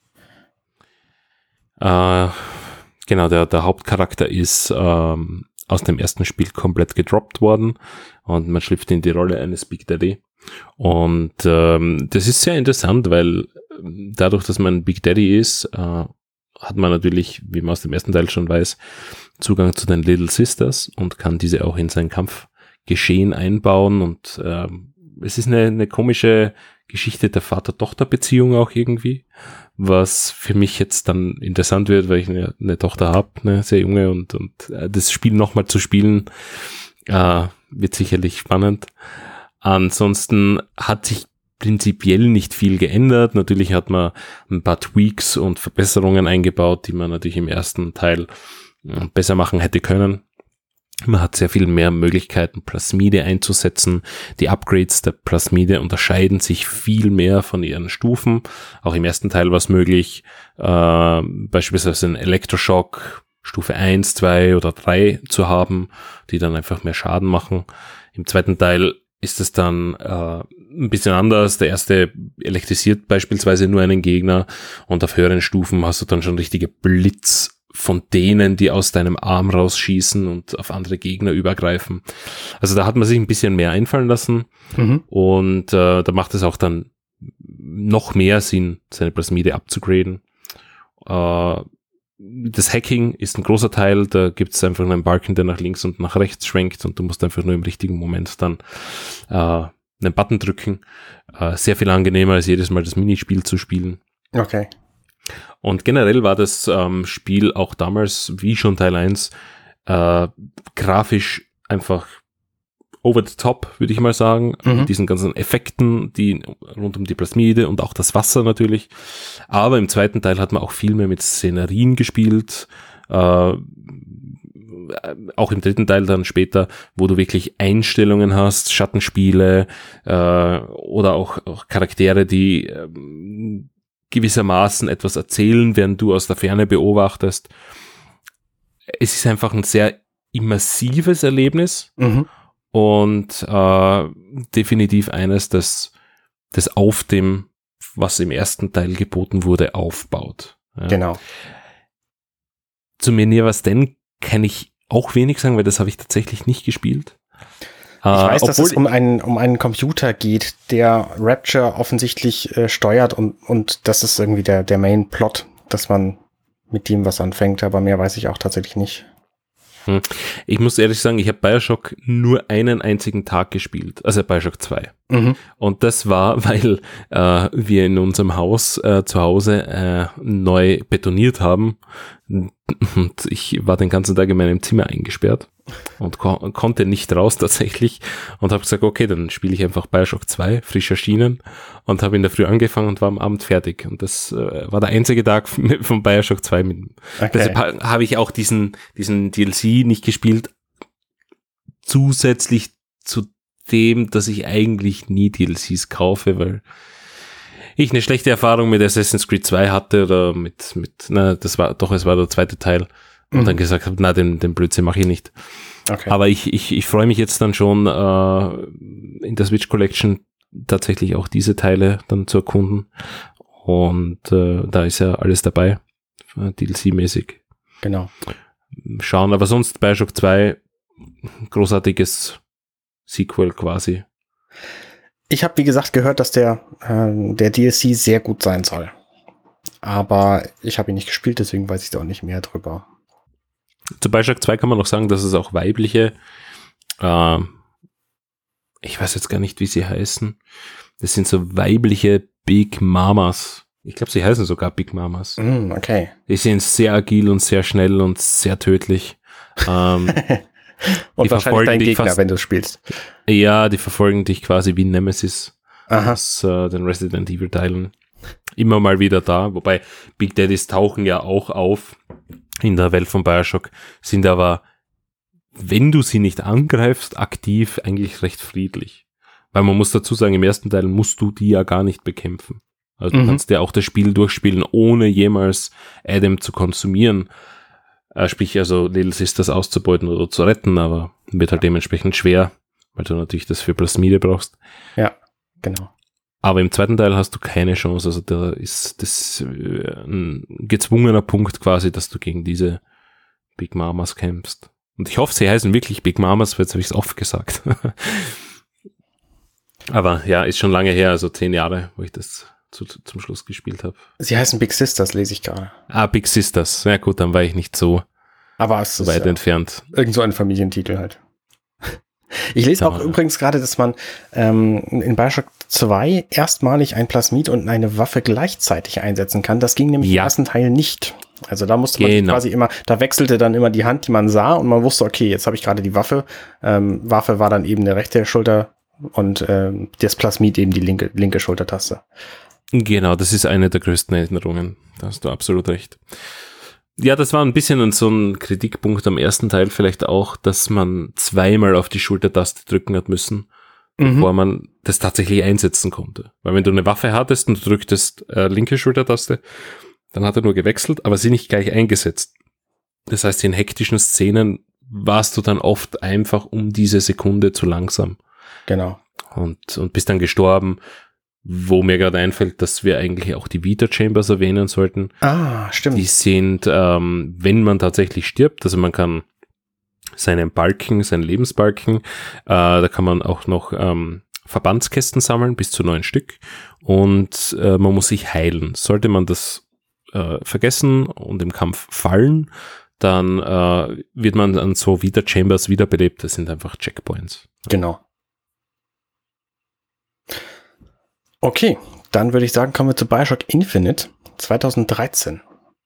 Genau, der Hauptcharakter ist aus dem ersten Spiel komplett gedroppt worden und man schlüpft in die Rolle eines Big Daddy. Und das ist sehr interessant, weil dadurch, dass man Big Daddy ist, hat man natürlich, wie man aus dem ersten Teil schon weiß, Zugang zu den Little Sisters und kann diese auch in sein Kampfgeschehen einbauen. Und es ist eine komische Geschichte der Vater-Tochter-Beziehung auch irgendwie, was für mich jetzt dann interessant wird, weil ich eine Tochter habe, eine sehr junge, und das Spiel nochmal zu spielen, wird sicherlich spannend. Ansonsten hat sich prinzipiell nicht viel geändert. Natürlich hat man ein paar Tweaks und Verbesserungen eingebaut, die man natürlich im ersten Teil besser machen hätte können. Man hat sehr viel mehr Möglichkeiten, Plasmide einzusetzen. Die Upgrades der Plasmide unterscheiden sich viel mehr von ihren Stufen. Auch im ersten Teil war es möglich, beispielsweise einen Elektroschock Stufe 1, 2 oder 3 zu haben, die dann einfach mehr Schaden machen. Im zweiten Teil ist es dann ein bisschen anders. Der erste elektrisiert beispielsweise nur einen Gegner und auf höheren Stufen hast du dann schon richtige Blitzfontänen, die aus deinem Arm rausschießen und auf andere Gegner übergreifen. Also da hat man sich ein bisschen mehr einfallen lassen und da macht es auch dann noch mehr Sinn, seine Plasmide abzugraden. Das Hacking ist ein großer Teil, da gibt es einfach einen Balken, der nach links und nach rechts schwenkt und du musst einfach nur im richtigen Moment dann einen Button drücken. Sehr viel angenehmer als jedes Mal das Minispiel zu spielen. Okay. Und generell war das Spiel auch damals, wie schon Teil 1, grafisch einfach over the top, würde ich mal sagen, mit diesen ganzen Effekten, die rund um die Plasmide und auch das Wasser natürlich. Aber im zweiten Teil hat man auch viel mehr mit Szenerien gespielt, auch im dritten Teil dann später, wo du wirklich Einstellungen hast, Schattenspiele oder auch Charaktere, die gewissermaßen etwas erzählen, während du aus der Ferne beobachtest. Es ist einfach ein sehr immersives Erlebnis. Und definitiv eines, das auf dem, was im ersten Teil geboten wurde, aufbaut. Ja. Genau. Zu Minerva Sten kann ich auch wenig sagen, weil das habe ich tatsächlich nicht gespielt. Ich weiß, dass es um einen Computer geht, der Rapture offensichtlich steuert und das ist irgendwie der Main-Plot, dass man mit dem was anfängt, aber mehr weiß ich auch tatsächlich nicht. Ich muss ehrlich sagen, ich habe Bioshock nur einen einzigen Tag gespielt, also Bioshock 2. Und das war, weil wir in unserem Haus zu Hause neu betoniert haben und ich war den ganzen Tag in meinem Zimmer eingesperrt und konnte nicht raus tatsächlich und habe gesagt, okay, dann spiele ich einfach Bioshock 2, frisch erschienen und habe in der Früh angefangen und war am Abend fertig und das war der einzige Tag von Bioshock 2. Okay. Deshalb habe ich auch diesen DLC nicht gespielt, zusätzlich zu dem, dass ich eigentlich nie DLCs kaufe, weil ich eine schlechte Erfahrung mit Assassin's Creed 2 hatte oder es war der zweite Teil und dann gesagt habe, na, den Blödsinn mache ich nicht. Okay. Aber ich freue mich jetzt dann schon in der Switch Collection tatsächlich auch diese Teile dann zu erkunden und da ist ja alles dabei, DLC-mäßig. Genau. Schauen, aber sonst Bioshock 2, großartiges Sequel quasi. Ich habe, wie gesagt, gehört, dass der DLC sehr gut sein soll. Aber ich habe ihn nicht gespielt, deswegen weiß ich da auch nicht mehr drüber. Zu Bioshock 2 kann man noch sagen, dass es auch weibliche, ich weiß jetzt gar nicht, wie sie heißen. Das sind so weibliche Big Mamas. Ich glaube, sie heißen sogar Big Mamas. Okay. Die sind sehr agil und sehr schnell und sehr tödlich. Und wahrscheinlich dein Gegner, wenn du spielst. Ja, die verfolgen dich quasi wie Nemesis aus den Resident Evil Teilen. Immer mal wieder da, wobei Big Daddies tauchen ja auch auf in der Welt von Bioshock, sind aber, wenn du sie nicht angreifst, aktiv eigentlich recht friedlich. Weil man muss dazu sagen, im ersten Teil musst du die ja gar nicht bekämpfen. Also du kannst ja auch das Spiel durchspielen, ohne jemals Adam zu konsumieren. Sprich, also Little Sisters auszubeuten oder zu retten, aber wird halt dementsprechend schwer, weil du natürlich das für Plasmide brauchst. Ja, genau. Aber im zweiten Teil hast du keine Chance, also da ist das ein gezwungener Punkt quasi, dass du gegen diese Big Mamas kämpfst. Und ich hoffe, sie heißen wirklich Big Mamas, weil jetzt habe ich es oft gesagt. Aber ja, ist schon lange her, also 10 Jahre, wo ich das zum Schluss gespielt habe. Sie heißen Big Sisters, lese ich gerade. Big Sisters. Ja gut, dann war ich nicht so weit entfernt. Irgend so ein Familientitel halt. Ich lese auch übrigens gerade, dass man in Bioshock 2 erstmalig ein Plasmid und eine Waffe gleichzeitig einsetzen kann. Das ging nämlich im ersten Teil nicht. Also da musste man quasi immer, da wechselte dann immer die Hand, die man sah und man wusste, okay, jetzt habe ich gerade die Waffe. Waffe war dann eben der rechte Schulter, und das Plasmid eben die linke Schultertaste. Genau, das ist eine der größten Erinnerungen. Da hast du absolut recht. Ja, das war ein bisschen so ein Kritikpunkt am ersten Teil vielleicht auch, dass man zweimal auf die Schultertaste drücken hat müssen, bevor man das tatsächlich einsetzen konnte. Weil wenn du eine Waffe hattest und du drücktest linke Schultertaste, dann hat er nur gewechselt, aber sie nicht gleich eingesetzt. Das heißt, in hektischen Szenen warst du dann oft einfach um diese Sekunde zu langsam. Genau. Und bist dann gestorben. Wo mir gerade einfällt, dass wir eigentlich auch die Vita Chambers erwähnen sollten. Ah, stimmt. Die sind, wenn man tatsächlich stirbt, also man kann seinen Lebensbalken, da kann man auch noch Verbandskästen sammeln, bis zu 9 Stück. Und man muss sich heilen. Sollte man das vergessen und im Kampf fallen, dann wird man an so Vita Chambers wiederbelebt. Das sind einfach Checkpoints. Genau. Okay, dann würde ich sagen, kommen wir zu BioShock Infinite 2013.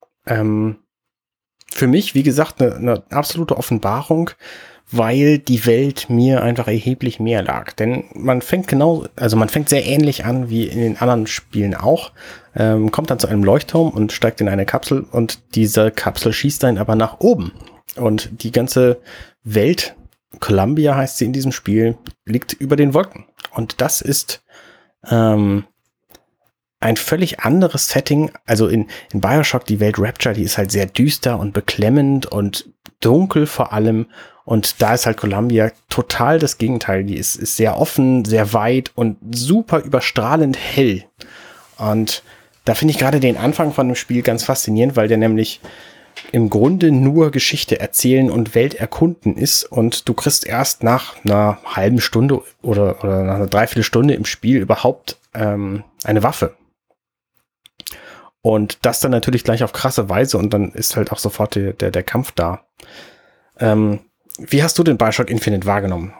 Für mich, wie gesagt, eine absolute Offenbarung, weil die Welt mir einfach erheblich mehr lag. Denn man fängt sehr ähnlich an wie in den anderen Spielen auch, kommt dann zu einem Leuchtturm und steigt in eine Kapsel und diese Kapsel schießt einen aber nach oben. Und die ganze Welt, Columbia heißt sie in diesem Spiel, liegt über den Wolken. Und das ist ein völlig anderes Setting. Also in BioShock, die Welt Rapture, die ist halt sehr düster und beklemmend und dunkel vor allem. Und da ist halt Columbia total das Gegenteil. Die ist sehr offen, sehr weit und super überstrahlend hell. Und da finde ich gerade den Anfang von dem Spiel ganz faszinierend, weil der nämlich im Grunde nur Geschichte erzählen und Welt erkunden ist und du kriegst erst nach einer halben Stunde oder nach einer Dreiviertelstunde im Spiel überhaupt eine Waffe. Und das dann natürlich gleich auf krasse Weise und dann ist halt auch sofort der Kampf da. Wie hast du den BioShock Infinite wahrgenommen?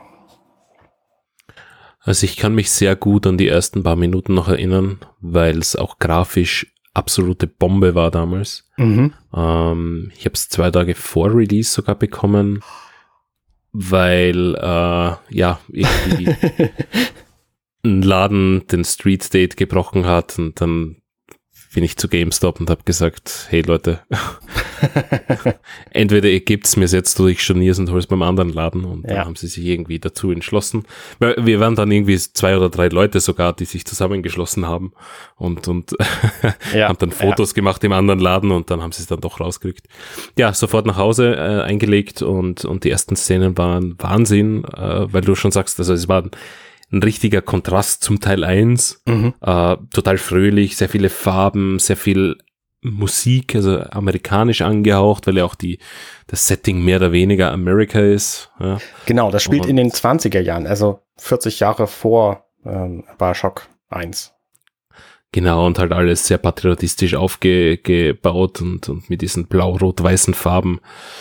Also ich kann mich sehr gut an die ersten paar Minuten noch erinnern, weil es auch grafisch absolute Bombe war damals. Ich habe es 2 Tage vor Release sogar bekommen, weil irgendwie ein Laden den Street Date gebrochen hat und dann bin ich zu GameStop und habe gesagt, hey Leute, entweder ihr gebt's mir jetzt oder ich stornier's und hol's beim anderen Laden und dann haben sie sich irgendwie dazu entschlossen. Wir waren dann irgendwie 2 oder 3 Leute sogar, die sich zusammengeschlossen haben und haben dann Fotos gemacht im anderen Laden und dann haben sie es dann doch rausgekriegt. Ja, sofort nach Hause eingelegt und die ersten Szenen waren Wahnsinn, weil du schon sagst, also es war ein richtiger Kontrast zum Teil 1. Total fröhlich, sehr viele Farben, sehr viel Musik, also amerikanisch angehaucht, weil ja auch das Setting mehr oder weniger America ist. Ja. Genau, das spielt in den 20er Jahren, also 40 Jahre vor BioShock 1. Genau, und halt alles sehr patriotistisch aufgebaut und mit diesen blau-rot-weißen Farben.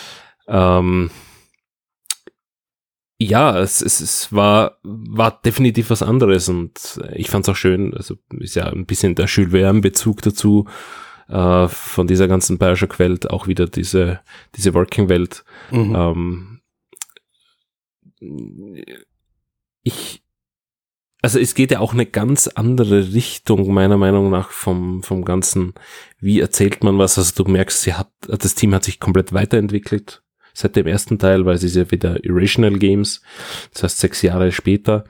Ja, es war definitiv was anderes und ich fand es auch schön, also ist ja ein bisschen der Jules Verne-Bezug dazu, von dieser ganzen BioShock-Welt, auch wieder diese Working-Welt. Also es geht ja auch eine ganz andere Richtung, meiner Meinung nach, vom Ganzen, wie erzählt man was, also du merkst, das Team hat sich komplett weiterentwickelt seit dem ersten Teil, weil es ist ja wieder Irrational Games, das heißt 6 Jahre später.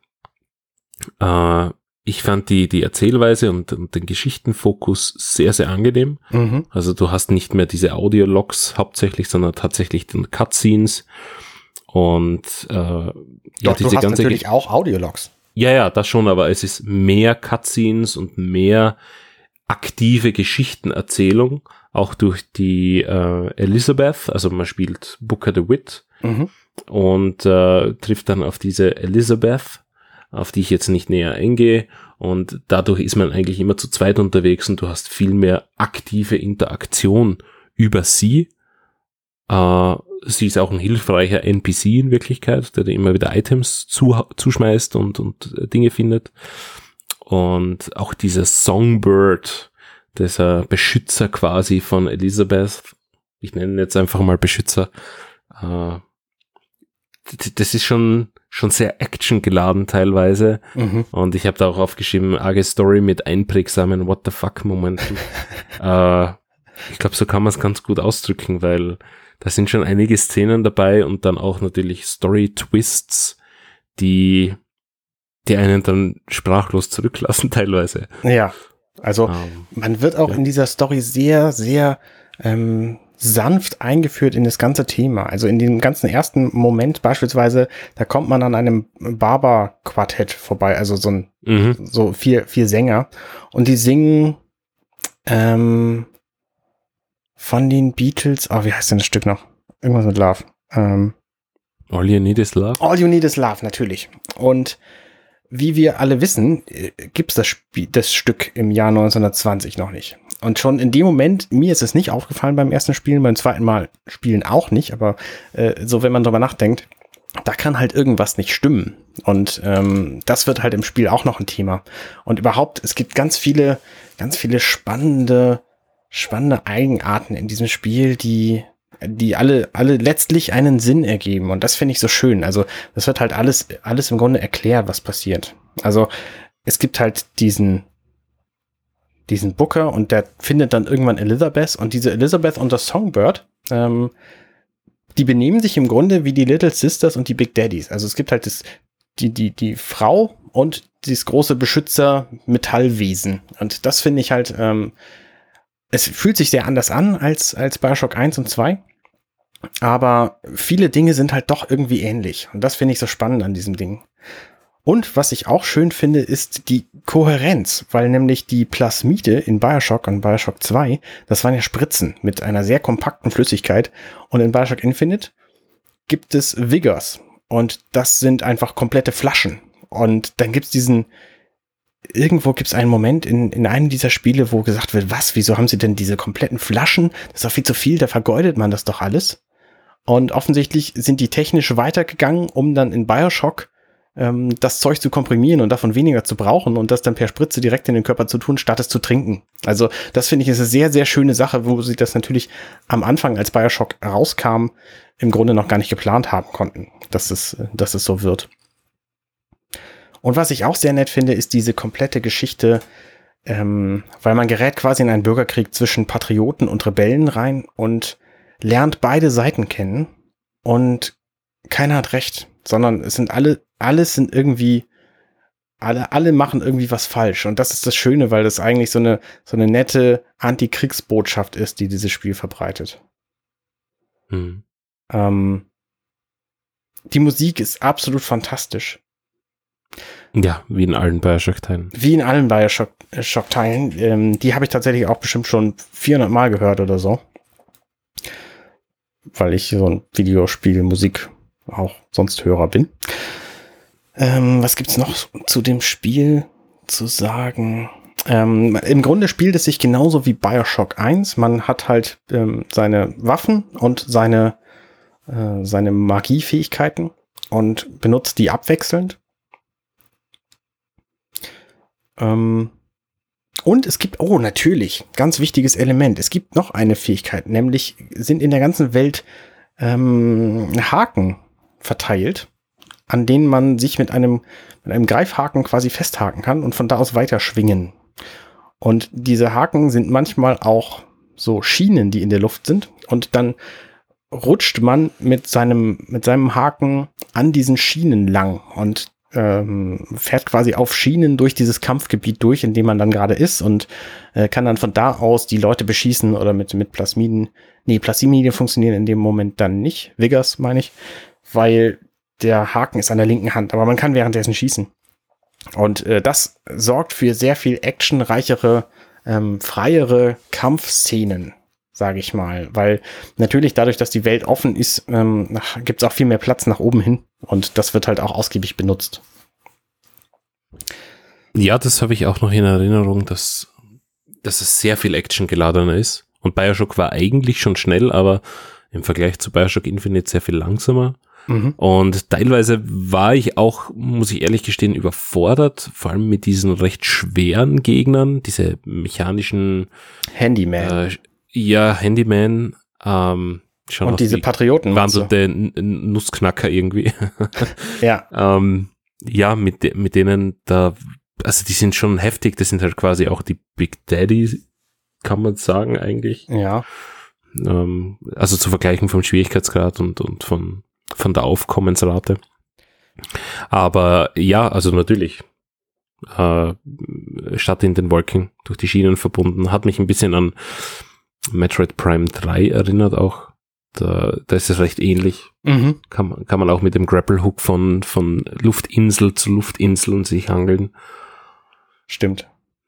Ich fand die Erzählweise und den Geschichtenfokus sehr, sehr angenehm. Also du hast nicht mehr diese Audiologs hauptsächlich, sondern tatsächlich den Cutscenes und Doch, du hast natürlich auch Audiologs. Ja, das schon, aber es ist mehr Cutscenes und mehr aktive Geschichtenerzählung, auch durch die Elizabeth, also man spielt Booker DeWitt und trifft dann auf diese Elizabeth, auf die ich jetzt nicht näher eingehe, und dadurch ist man eigentlich immer zu zweit unterwegs und du hast viel mehr aktive Interaktion über sie. Sie ist auch ein hilfreicher NPC in Wirklichkeit, der dir immer wieder Items zuschmeißt und Dinge findet. Und auch dieser Songbird, dieser Beschützer quasi von Elizabeth, ich nenne ihn jetzt einfach mal Beschützer, das ist schon sehr actiongeladen teilweise. Und ich habe da auch aufgeschrieben, arge Story mit einprägsamen What the fuck Momenten. Ich glaube, so kann man es ganz gut ausdrücken, weil da sind schon einige Szenen dabei und dann auch natürlich Story-Twists, die einen dann sprachlos zurücklassen teilweise. Ja, also man wird auch in dieser Story sehr, sehr sanft eingeführt in das ganze Thema. Also in dem ganzen ersten Moment beispielsweise, da kommt man an einem Barber-Quartett vorbei, also so vier Sänger, und die singen von den Beatles, wie heißt denn das Stück noch? Irgendwas mit Love. All You Need Is Love. All You Need Is Love, natürlich. Und wie wir alle wissen, gibt's das Stück im Jahr 1920 noch nicht. Und schon in dem Moment, mir ist es nicht aufgefallen beim ersten Spielen, beim zweiten Mal spielen auch nicht, aber so, wenn man drüber nachdenkt, da kann halt irgendwas nicht stimmen. Und das wird halt im Spiel auch noch ein Thema. Und überhaupt, es gibt ganz viele spannende Eigenarten in diesem Spiel, die alle letztlich einen Sinn ergeben. Und das finde ich so schön. Also das wird halt alles im Grunde erklärt, was passiert. Also es gibt halt diesen Booker und der findet dann irgendwann Elizabeth, und diese Elizabeth und das Songbird, die benehmen sich im Grunde wie die Little Sisters und die Big Daddies. Also es gibt halt die Frau und dieses große Beschützer-Metallwesen. Und das finde ich halt, es fühlt sich sehr anders an als BioShock 1 und 2. Aber viele Dinge sind halt doch irgendwie ähnlich. Und das finde ich so spannend an diesem Ding. Und was ich auch schön finde, ist die Kohärenz, weil nämlich die Plasmide in BioShock und BioShock 2, das waren ja Spritzen mit einer sehr kompakten Flüssigkeit. Und in BioShock Infinite gibt es Vigors. Und das sind einfach komplette Flaschen. Und dann gibt's irgendwo gibt's einen Moment in einem dieser Spiele, wo gesagt wird, wieso haben sie denn diese kompletten Flaschen? Das ist doch viel zu viel, da vergeudet man das doch alles. Und offensichtlich sind die technisch weitergegangen, um dann in BioShock das Zeug zu komprimieren und davon weniger zu brauchen und das dann per Spritze direkt in den Körper zu tun, statt es zu trinken. Also das finde ich ist eine sehr, sehr schöne Sache, wo sie das natürlich am Anfang, als BioShock rauskam, im Grunde noch gar nicht geplant haben konnten, dass es so wird. Und was ich auch sehr nett finde, ist diese komplette Geschichte, weil man gerät quasi in einen Bürgerkrieg zwischen Patrioten und Rebellen rein und lernt beide Seiten kennen und keiner hat recht, sondern es sind alle machen irgendwie was falsch. Und das ist das Schöne, weil das eigentlich so eine nette Antikriegsbotschaft ist, die dieses Spiel verbreitet. Die Musik ist absolut fantastisch. Ja, wie in allen BioShock-Teilen. Wie in allen BioShock-Teilen. Die habe ich tatsächlich auch bestimmt schon 400 Mal gehört oder so. Weil ich so ein Videospiel-Musik auch sonst Hörer bin. Was gibt's noch zu dem Spiel zu sagen? Im Grunde spielt es sich genauso wie BioShock 1. Man hat halt seine Waffen und seine Magiefähigkeiten und benutzt die abwechselnd. Und es gibt, natürlich, ganz wichtiges Element, es gibt noch eine Fähigkeit, nämlich sind in der ganzen Welt Haken verteilt, an denen man sich mit einem Greifhaken quasi festhaken kann und von da aus weiter schwingen. Und diese Haken sind manchmal auch so Schienen, die in der Luft sind, und dann rutscht man mit seinem Haken an diesen Schienen lang und fährt quasi auf Schienen durch dieses Kampfgebiet durch, in dem man dann gerade ist, und kann dann von da aus die Leute beschießen oder mit Plasmiden. Nee, Plasmiden funktionieren in dem Moment dann nicht. Vigors meine ich, weil der Haken ist an der linken Hand, aber man kann währenddessen schießen. Und das sorgt für sehr viel actionreichere, freiere Kampfszenen, sage ich mal, weil natürlich dadurch, dass die Welt offen ist, gibt es auch viel mehr Platz nach oben hin, und das wird halt auch ausgiebig benutzt. Ja, das habe ich auch noch in Erinnerung, dass es sehr viel actiongeladener ist, und BioShock war eigentlich schon schnell, aber im Vergleich zu BioShock Infinite sehr viel langsamer. Und teilweise war ich auch, muss ich ehrlich gestehen, überfordert, vor allem mit diesen recht schweren Gegnern, diese mechanischen Handyman. Handyman. Schon und diese Patrioten. Waren so der Nussknacker irgendwie. Ja. Ja, mit denen da, also die sind schon heftig, das sind halt quasi auch die Big Daddy, kann man sagen eigentlich. Ja. Also zu vergleichen vom Schwierigkeitsgrad und von der Aufkommensrate. Aber ja, also natürlich, Stadt in den Wolken, durch die Schienen verbunden, hat mich ein bisschen an Metroid Prime 3 erinnert auch. Da ist es recht ähnlich. Mhm. Kann man auch mit dem Grapple-Hook von Luftinsel zu Luftinsel und sich hangeln. Stimmt.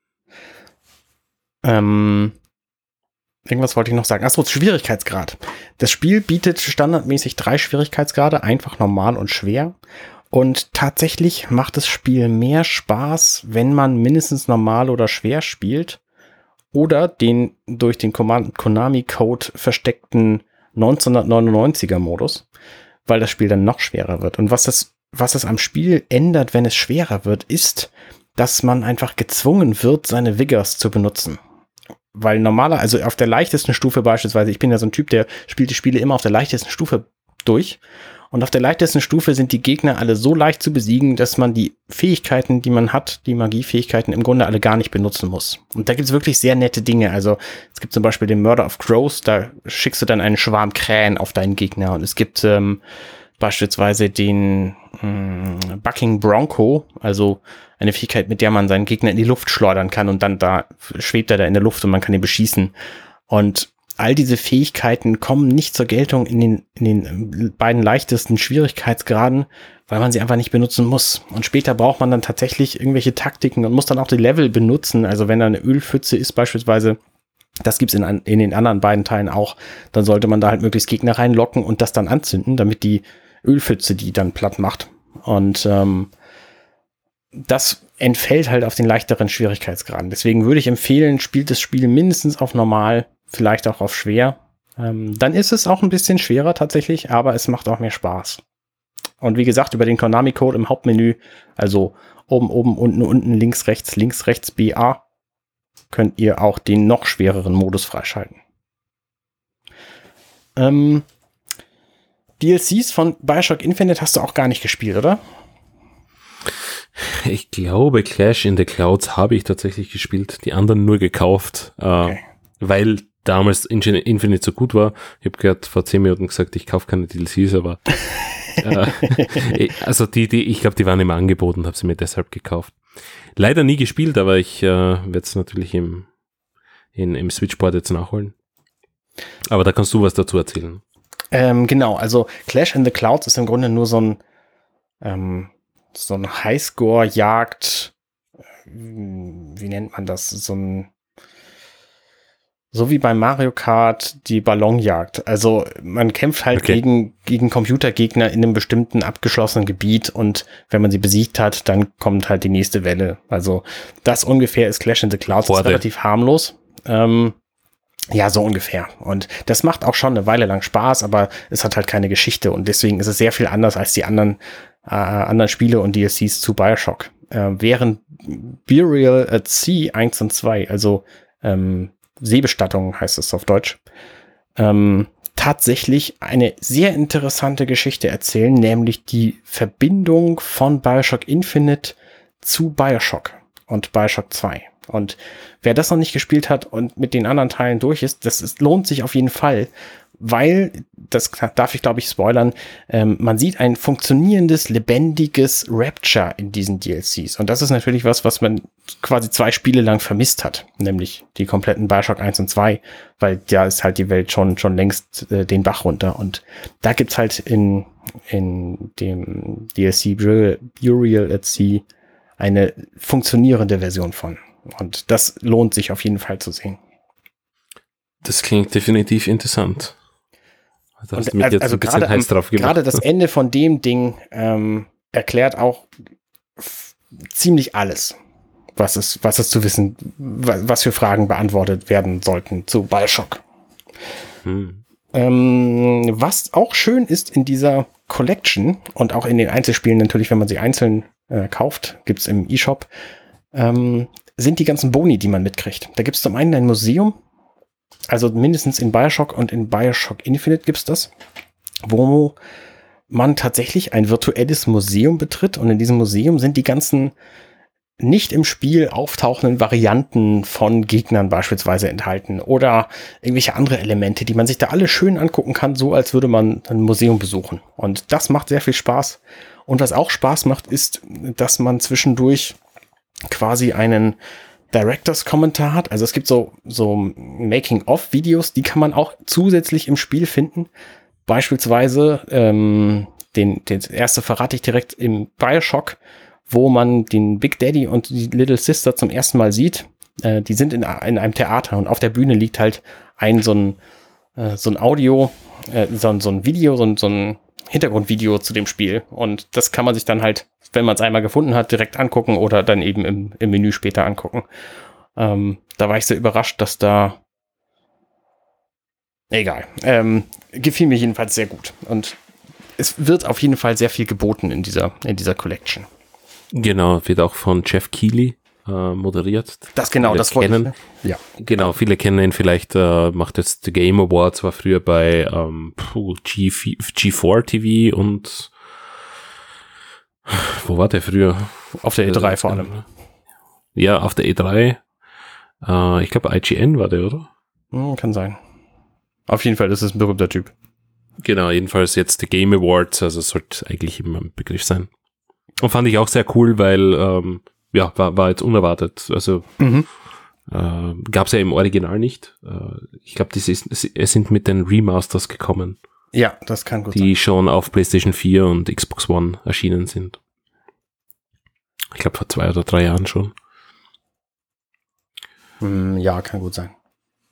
Irgendwas wollte ich noch sagen. Achso, Schwierigkeitsgrad. Das Spiel bietet standardmäßig 3 Schwierigkeitsgrade, einfach, normal und schwer. Und tatsächlich macht das Spiel mehr Spaß, wenn man mindestens normal oder schwer spielt oder den durch den Konami-Code versteckten 1999er-Modus, weil das Spiel dann noch schwerer wird. Und was es am Spiel ändert, wenn es schwerer wird, ist, dass man einfach gezwungen wird, seine Vigors zu benutzen. Weil also auf der leichtesten Stufe beispielsweise, ich bin ja so ein Typ, der spielt die Spiele immer auf der leichtesten Stufe durch. Und auf der leichtesten Stufe sind die Gegner alle so leicht zu besiegen, dass man die Fähigkeiten, die man hat, die Magiefähigkeiten im Grunde alle gar nicht benutzen muss. Und da gibt es wirklich sehr nette Dinge. Also es gibt zum Beispiel den Murder of Crows, da schickst du dann einen Schwarm Krähen auf deinen Gegner. Und es gibt beispielsweise den Bucking Bronco, also eine Fähigkeit, mit der man seinen Gegner in die Luft schleudern kann und dann da schwebt er da in der Luft und man kann ihn beschießen. Und all diese Fähigkeiten kommen nicht zur Geltung in den beiden leichtesten Schwierigkeitsgraden, weil man sie einfach nicht benutzen muss. Und später braucht man dann tatsächlich irgendwelche Taktiken und muss dann auch die Level benutzen. Also wenn da eine Ölpfütze ist beispielsweise, das gibt's in den anderen beiden Teilen auch, dann sollte man da halt möglichst Gegner reinlocken und das dann anzünden, damit die Ölpfütze die dann platt macht. Und das entfällt halt auf den leichteren Schwierigkeitsgraden. Deswegen würde ich empfehlen, spielt das Spiel mindestens auf normal, vielleicht auch auf schwer. Dann ist es auch ein bisschen schwerer tatsächlich, aber es macht auch mehr Spaß. Und wie gesagt, über den Konami-Code im Hauptmenü, also oben, unten, links, rechts, BA, könnt ihr auch den noch schwereren Modus freischalten. DLCs von BioShock Infinite hast du auch gar nicht gespielt, oder? Ich glaube, Clash in the Clouds habe ich tatsächlich gespielt, die anderen nur gekauft, okay. Weil damals Infinite so gut war. Ich habe gerade vor 10 Minuten gesagt, ich kaufe keine DLCs, aber also ich glaube, die waren im Angebot und habe sie mir deshalb gekauft. Leider nie gespielt, aber ich werde es natürlich im Switchboard jetzt nachholen. Aber da kannst du was dazu erzählen. Genau, also Clash in the Clouds ist im Grunde nur so ein Highscore-Jagd, wie nennt man das? So wie bei Mario Kart die Ballonjagd. Also man kämpft halt gegen Computergegner in einem bestimmten abgeschlossenen Gebiet und wenn man sie besiegt hat, dann kommt halt die nächste Welle. Also das ungefähr ist Clash in the Clouds, ist relativ harmlos. Ja, so ungefähr. Und das macht auch schon eine Weile lang Spaß, aber es hat halt keine Geschichte und deswegen ist es sehr viel anders als die anderen Spiele und DLCs zu BioShock. Während Burial at Sea 1 und 2, also Seebestattung heißt es auf Deutsch, tatsächlich eine sehr interessante Geschichte erzählen, nämlich die Verbindung von BioShock Infinite zu BioShock und BioShock 2. Und wer das noch nicht gespielt hat und mit den anderen Teilen durch ist, lohnt sich auf jeden Fall, weil, das darf ich glaube ich spoilern, man sieht ein funktionierendes, lebendiges Rapture in diesen DLCs. Und das ist natürlich was man quasi 2 Spiele lang vermisst hat, nämlich die kompletten BioShock 1 und 2, weil da ist halt die Welt schon längst den Bach runter. Und da gibt's halt in dem DLC Burial at Sea eine funktionierende Version von. Und das lohnt sich auf jeden Fall zu sehen. Das klingt definitiv interessant. Da hast du mich jetzt ein bisschen heiß drauf gemacht. Gerade das Ende von dem Ding erklärt auch ziemlich alles, was es zu wissen, was für Fragen beantwortet werden sollten zu BioShock. Was auch schön ist in dieser Collection und auch in den Einzelspielen natürlich, wenn man sie einzeln kauft, gibt's im eShop, sind die ganzen Boni, die man mitkriegt. Da gibt's zum einen ein Museum, also mindestens in BioShock und in BioShock Infinite gibt's das, wo man tatsächlich ein virtuelles Museum betritt und in diesem Museum sind die ganzen nicht im Spiel auftauchenden Varianten von Gegnern beispielsweise enthalten oder irgendwelche andere Elemente, die man sich da alle schön angucken kann, so als würde man ein Museum besuchen. Und das macht sehr viel Spaß. Und was auch Spaß macht, ist, dass man zwischendurch quasi einen Directors-Kommentar hat. Also es gibt so Making-of-Videos, die kann man auch zusätzlich im Spiel finden. Beispielsweise, das erste verrate ich direkt im BioShock, wo man den Big Daddy und die Little Sister zum ersten Mal sieht. Die sind in einem Theater und auf der Bühne liegt halt so ein Audio, so ein Video, so ein Hintergrundvideo zu dem Spiel. Und das kann man sich dann halt, wenn man es einmal gefunden hat, direkt angucken oder dann eben im Menü später angucken. Da war ich sehr überrascht, dass da egal. Gefiel mir jedenfalls sehr gut. Und es wird auf jeden Fall sehr viel geboten in dieser Collection. Genau, wird auch von Jeff Keighley moderiert. Das wollte ich. Ja. Genau, viele kennen ihn vielleicht, macht jetzt The Game Awards, war früher bei G4 TV und wo war der früher? Auf der E3 vor allem. Ja, auf der E3. Ich glaube, IGN war der, oder? Kann sein. Auf jeden Fall, das ist ein berühmter Typ. Genau, jedenfalls jetzt The Game Awards, also sollte eigentlich immer ein Begriff sein. Und fand ich auch sehr cool, weil, war jetzt unerwartet. Also, gab es ja im Original nicht. Ich glaube, es sind mit den Remasters gekommen. Ja, das kann gut sein. Die schon auf PlayStation 4 und Xbox One erschienen sind. Ich glaube, vor 2 oder 3 Jahren schon. Ja, kann gut sein.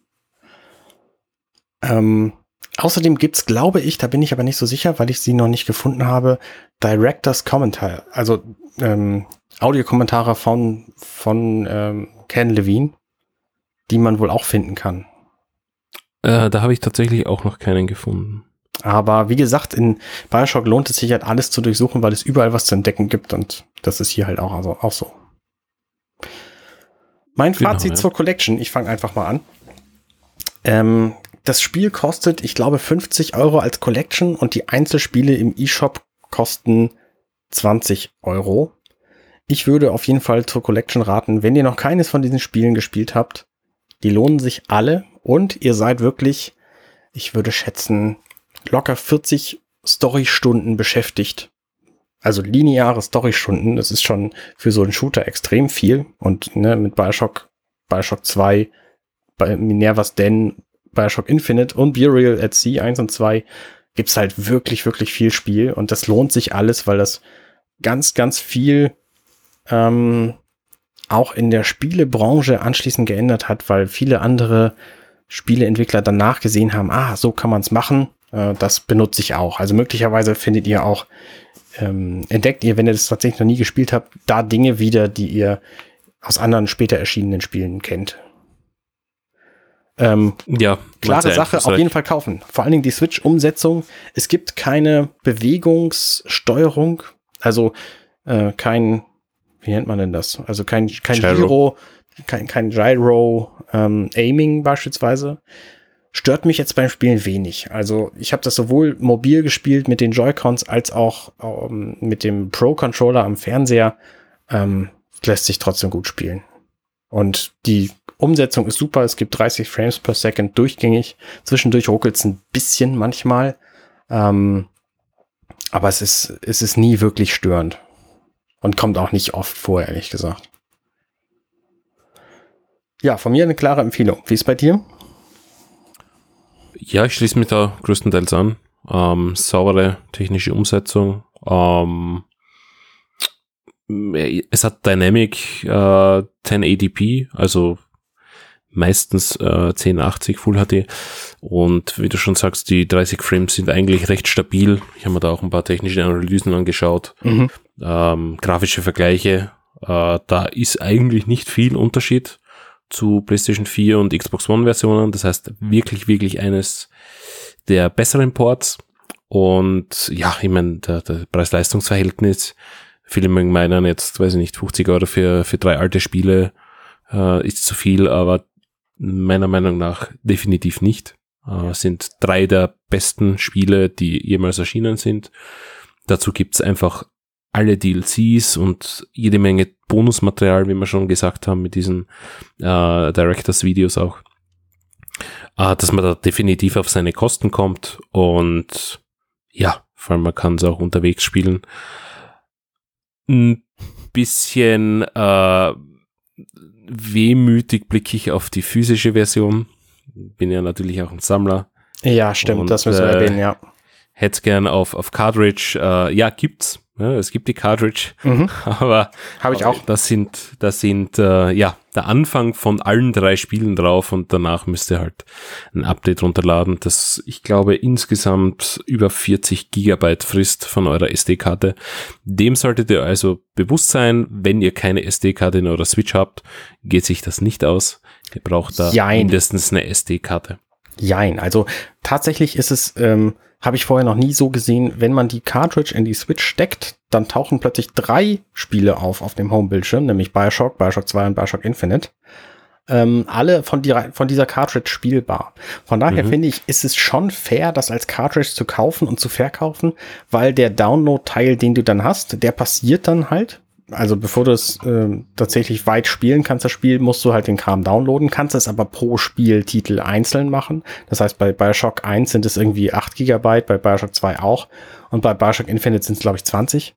Außerdem gibt's, glaube ich, da bin ich aber nicht so sicher, weil ich sie noch nicht gefunden habe, Directors Commentary, also Audiokommentare von Ken Levine, die man wohl auch finden kann. Da habe ich tatsächlich auch noch keinen gefunden. Aber wie gesagt, in BioShock lohnt es sich halt alles zu durchsuchen, weil es überall was zu entdecken gibt und das ist hier halt auch so. Mein Fazit zur Collection, ich fange einfach mal an. Das Spiel kostet, ich glaube, 50 € als Collection und die Einzelspiele im eShop kosten 20 €. Ich würde auf jeden Fall zur Collection raten, wenn ihr noch keines von diesen Spielen gespielt habt. Die lohnen sich alle und ihr seid wirklich, ich würde schätzen, locker 40 Storystunden beschäftigt. Also lineare Storystunden, das ist schon für so einen Shooter extrem viel. Und mit BioShock 2, bei Minerva's Den, BioShock Infinite und Burial at Sea 1 und 2 gibt's halt wirklich, wirklich viel Spiel. Und das lohnt sich alles, weil das ganz, ganz viel auch in der Spielebranche anschließend geändert hat, weil viele andere Spieleentwickler danach gesehen haben, so kann man es machen. Das benutze ich auch. Also möglicherweise findet ihr auch, entdeckt ihr, wenn ihr das tatsächlich noch nie gespielt habt, da Dinge wieder, die ihr aus anderen später erschienenen Spielen kennt. Klare Sache, auf jeden Fall kaufen. Vor allen Dingen die Switch-Umsetzung. Es gibt keine Bewegungssteuerung, also wie nennt man denn das? Also kein Gyro, kein Gyro Aiming beispielsweise. Stört mich jetzt beim Spielen wenig. Also ich habe das sowohl mobil gespielt mit den Joy-Cons als auch mit dem Pro-Controller am Fernseher. Lässt sich trotzdem gut spielen. Und die Umsetzung ist super. Es gibt 30 Frames per Second durchgängig. Zwischendurch ruckelt es ein bisschen manchmal. Aber es ist nie wirklich störend. Und kommt auch nicht oft vor, ehrlich gesagt. Ja, von mir eine klare Empfehlung. Wie ist es bei dir? Ja, ich schließe mich da größtenteils an. Saubere technische Umsetzung. Es hat Dynamic 1080p, also meistens 1080 Full HD. Und wie du schon sagst, die 30 Frames sind eigentlich recht stabil. Ich habe mir da auch ein paar technische Analysen angeschaut. Grafische Vergleiche. Da ist eigentlich nicht viel Unterschied zu PlayStation 4 und Xbox One Versionen. Das heißt, wirklich, wirklich eines der besseren Ports. Und ja, ich meine, der Preis-Leistungs-Verhältnis, viele mögen meinen jetzt, weiß ich nicht, 50 € für 3 alte Spiele ist zu viel, aber meiner Meinung nach definitiv nicht. Sind 3 der besten Spiele, die jemals erschienen sind. Dazu gibt's einfach alle DLCs und jede Menge Bonusmaterial, wie wir schon gesagt haben, mit diesen Directors-Videos auch. Dass man da definitiv auf seine Kosten kommt und ja, vor allem man kann es auch unterwegs spielen. Ein bisschen wehmütig blicke ich auf die physische Version. Bin ja natürlich auch ein Sammler. Ja, stimmt, und, das müssen wir erwähnen, ja. Hätte gern auf Cartridge. Ja, gibt's. Ja, es gibt die Cartridge. Aber habe ich auch. Das sind der Anfang von allen 3 Spielen drauf und danach müsst ihr halt ein Update runterladen, das ich glaube insgesamt über 40 Gigabyte frisst von eurer SD-Karte. Dem solltet ihr also bewusst sein, wenn ihr keine SD-Karte in eurer Switch habt, geht sich das nicht aus. Ihr braucht da mindestens eine SD-Karte. Jein, also tatsächlich ist es, habe ich vorher noch nie so gesehen, wenn man die Cartridge in die Switch steckt, dann tauchen plötzlich 3 Spiele auf dem Home-Bildschirm, nämlich Bioshock, Bioshock 2 und Bioshock Infinite. Alle von dieser Cartridge spielbar. Von daher finde ich, ist es schon fair, das als Cartridge zu kaufen und zu verkaufen, weil der Download-Teil, den du dann hast, der passiert dann halt. Also bevor du es tatsächlich weit spielen kannst, das Spiel, musst du halt den Kram downloaden, kannst es aber pro Spieltitel einzeln machen. Das heißt, bei Bioshock 1 sind es irgendwie 8 Gigabyte, bei Bioshock 2 auch. Und bei Bioshock Infinite sind es, glaube ich, 20.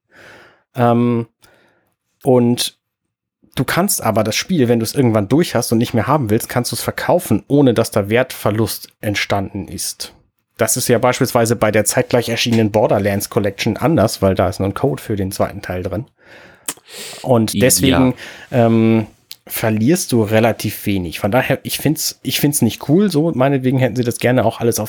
Und du kannst aber das Spiel, wenn du es irgendwann durch hast und nicht mehr haben willst, kannst du es verkaufen, ohne dass da Wertverlust entstanden ist. Das ist ja beispielsweise bei der zeitgleich erschienenen Borderlands Collection anders, weil da ist noch ein Code für den zweiten Teil drin. Und deswegen verlierst du relativ wenig. Von daher, ich find's nicht cool. So, meinetwegen hätten sie das gerne auch alles auf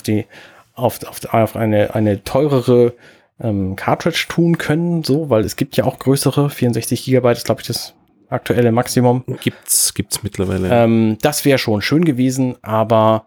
eine teurere Cartridge tun können, so, weil es gibt ja auch größere, 64 Gigabyte ist, glaube ich, das aktuelle Maximum. Gibt's mittlerweile. Das wäre schon schön gewesen, aber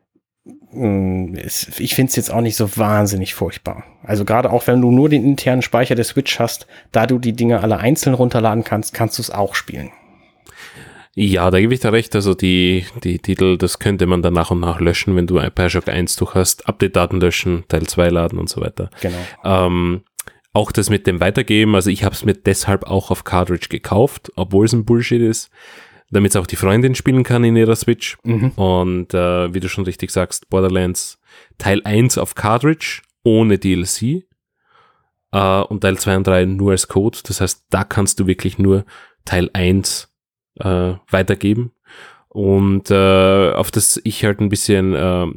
ich finde es jetzt auch nicht so wahnsinnig furchtbar. Also gerade auch, wenn du nur den internen Speicher der Switch hast, da du die Dinge alle einzeln runterladen kannst, kannst du es auch spielen. Ja, da gebe ich dir recht. Also die Titel, das könnte man dann nach und nach löschen, wenn du ein Bioshock 1 durch hast, Update-Daten löschen, Teil 2 laden und so weiter. Genau. Auch das mit dem Weitergeben, also ich habe es mir deshalb auch auf Cartridge gekauft, obwohl es ein Bullshit ist, damit es auch die Freundin spielen kann in ihrer Switch. Und wie du schon richtig sagst, Borderlands Teil 1 auf Cartridge ohne DLC und Teil 2 und 3 nur als Code. Das heißt, da kannst du wirklich nur Teil 1 weitergeben. Und auf das ich halt ein bisschen,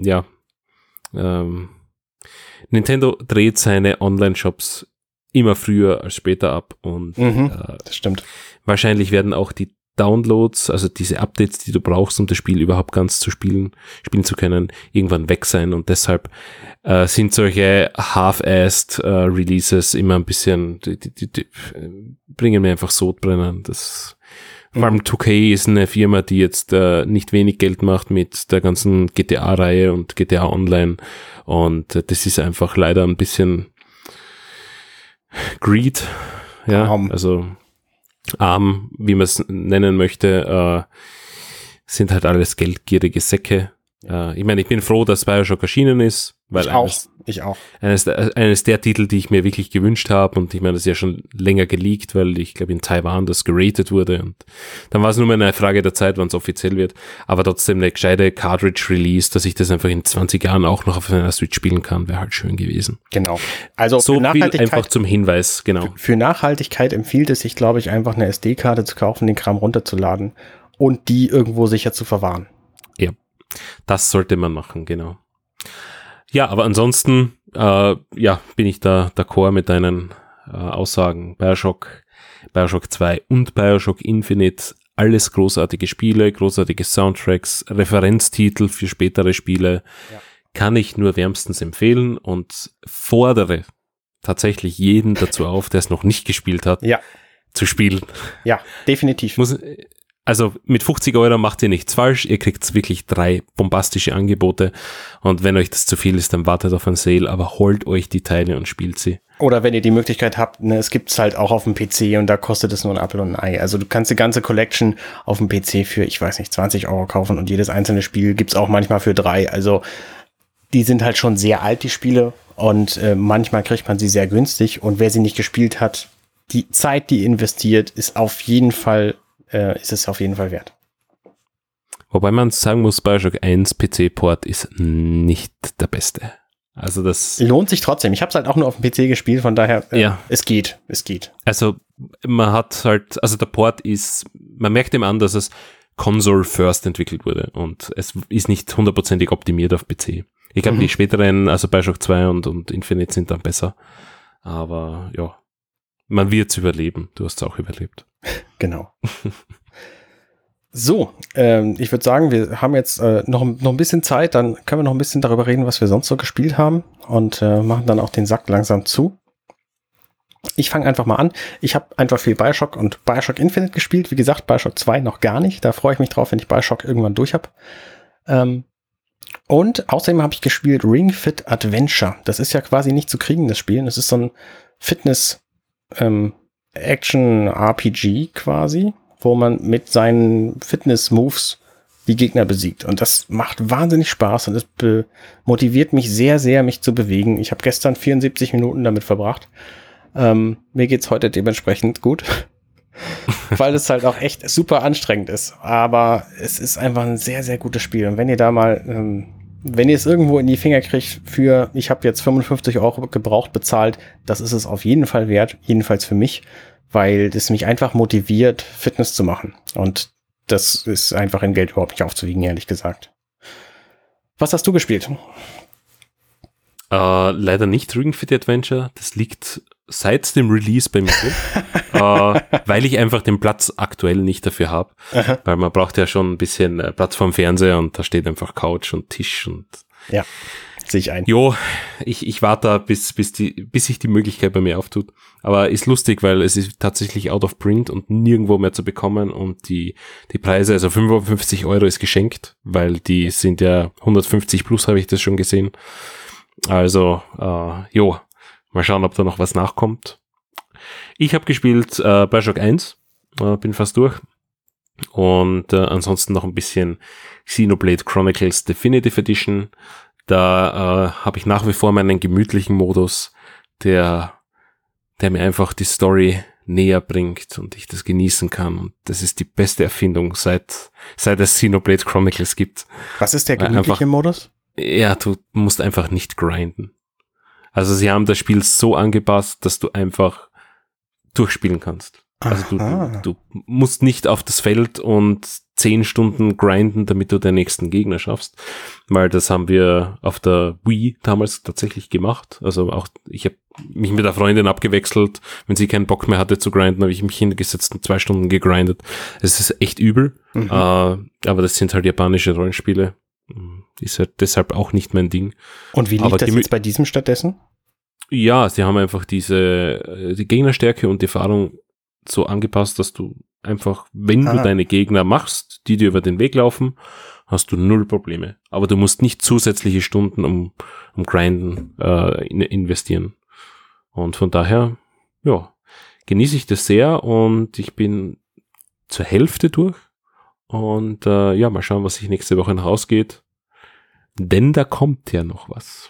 Nintendo dreht seine Online-Shops immer früher als später ab. Und das stimmt. Wahrscheinlich werden auch die Downloads, also diese Updates, die du brauchst, um das Spiel überhaupt ganz spielen zu können, irgendwann weg sein und deshalb sind solche half-assed Releases immer ein bisschen, die bringen mir einfach Sodbrennen. Vor allem 2K ist eine Firma, die jetzt nicht wenig Geld macht mit der ganzen GTA-Reihe und GTA Online und das ist einfach leider ein bisschen Greed, ja, also arm, wie man es nennen möchte, sind halt alles geldgierige Säcke. Ich meine, ich bin froh, dass Bioshock erschienen ist, weil ich auch. Eines der Titel, die ich mir wirklich gewünscht habe und ich meine, das ist ja schon länger geleakt, weil ich glaube in Taiwan das geratet wurde und dann war es nur mal eine Frage der Zeit, wann es offiziell wird, aber trotzdem eine gescheite Cartridge-Release, dass ich das einfach in 20 Jahren auch noch auf einer Switch spielen kann, wäre halt schön gewesen. Genau. Also so viel einfach zum Hinweis, genau. Für Nachhaltigkeit empfiehlt es sich, glaube ich, einfach eine SD-Karte zu kaufen, den Kram runterzuladen und die irgendwo sicher zu verwahren. Ja, das sollte man machen, genau. Ja, aber ansonsten, bin ich da d'accord mit deinen Aussagen. Bioshock 2 und Bioshock Infinite, alles großartige Spiele, großartige Soundtracks, Referenztitel für spätere Spiele, kann ich nur wärmstens empfehlen und fordere tatsächlich jeden dazu auf, der es noch nicht gespielt hat, zu spielen. Ja, definitiv. also mit 50 Euro macht ihr nichts falsch, ihr kriegt wirklich 3 bombastische Angebote und wenn euch das zu viel ist, dann wartet auf ein Sale, aber holt euch die Teile und spielt sie. Oder wenn ihr die Möglichkeit habt, ne, es gibt's halt auch auf dem PC und da kostet es nur ein Apfel und ein Ei. Also du kannst die ganze Collection auf dem PC für, ich weiß nicht, 20 Euro kaufen und jedes einzelne Spiel gibt's auch manchmal für 3. Also die sind halt schon sehr alt, die Spiele, und manchmal kriegt man sie sehr günstig, und wer sie nicht gespielt hat, die Zeit, die investiert, ist auf jeden Fall es auf jeden Fall wert. Wobei man sagen muss, Bioshock 1 PC-Port ist nicht der beste. Also das lohnt sich trotzdem. Ich habe es halt auch nur auf dem PC gespielt, von daher, ja. Es geht. Also man hat halt, also der Port ist, man merkt ihm an, dass es Console First entwickelt wurde und es ist nicht 100%ig optimiert auf PC. Ich glaube, die späteren, also Bioshock 2 und Infinite sind dann besser. Aber ja, man wird es überleben. Du hast es auch überlebt. Genau. So, ich würde sagen, wir haben jetzt noch ein bisschen Zeit, dann können wir noch ein bisschen darüber reden, was wir sonst so gespielt haben, und machen dann auch den Sack langsam zu. Ich fange einfach mal an. Ich habe einfach viel Bioshock und Bioshock Infinite gespielt. Wie gesagt, Bioshock 2 noch gar nicht. Da freue ich mich drauf, wenn ich Bioshock irgendwann durch habe. Und außerdem habe ich gespielt Ring Fit Adventure. Das ist ja quasi nicht zu kriegen, das Spiel. Das ist so ein Fitness Action-RPG quasi, wo man mit seinen Fitness-Moves die Gegner besiegt. Und das macht wahnsinnig Spaß und es motiviert mich sehr, sehr, mich zu bewegen. Ich habe gestern 74 Minuten damit verbracht. Mir geht's heute dementsprechend gut, weil es halt auch echt super anstrengend ist. Aber es ist einfach ein sehr, sehr gutes Spiel. Und wenn ihr da mal, wenn ihr es irgendwo in die Finger kriegt für, ich habe jetzt 55 Euro gebraucht bezahlt, das ist es auf jeden Fall wert, jedenfalls für mich, weil es mich einfach motiviert, Fitness zu machen. Und das ist einfach in Geld überhaupt nicht aufzuwiegen, ehrlich gesagt. Was hast du gespielt? Leider nicht Ring Fit Adventure. Das liegt seit dem Release bei mir, weil ich einfach den Platz aktuell nicht dafür habe. Weil man braucht ja schon ein bisschen Platz vorm Fernseher und da steht einfach Couch und Tisch und ja, sehe ich ein. Jo, ich warte da, bis sich die Möglichkeit bei mir auftut. Aber ist lustig, weil es ist tatsächlich out of print und nirgendwo mehr zu bekommen und die Preise, also 55 Euro ist geschenkt, weil die sind ja 150 plus, habe ich das schon gesehen. Also, jo, mal schauen, ob da noch was nachkommt. Ich habe gespielt Bioshock 1, bin fast durch. Und ansonsten noch ein bisschen Xenoblade Chronicles Definitive Edition. Da habe ich nach wie vor meinen gemütlichen Modus, der mir einfach die Story näher bringt und ich das genießen kann. Und das ist die beste Erfindung, seit es Xenoblade Chronicles gibt. Was ist der gemütliche Modus? Ja, du musst einfach nicht grinden. Also sie haben das Spiel so angepasst, dass du einfach durchspielen kannst. Also du musst nicht auf das Feld und 10 Stunden grinden, damit du den nächsten Gegner schaffst, weil das haben wir auf der Wii damals tatsächlich gemacht. Also auch ich habe mich mit der Freundin abgewechselt, wenn sie keinen Bock mehr hatte zu grinden, habe ich mich hingesetzt und 2 Stunden gegrindet. Es ist echt übel, aber das sind halt japanische Rollenspiele. Ist halt deshalb auch nicht mein Ding. Und wie liegt das jetzt bei diesem stattdessen? Ja, sie haben einfach die Gegnerstärke und die Erfahrung so angepasst, dass du einfach, wenn du deine Gegner machst, die dir über den Weg laufen, hast du 0 Probleme. Aber du musst nicht zusätzliche Stunden um Grinden investieren. Und von daher, ja, genieße ich das sehr und ich bin zur Hälfte durch. Und ja, mal schauen, was sich nächste Woche noch ausgeht. Denn da kommt ja noch was.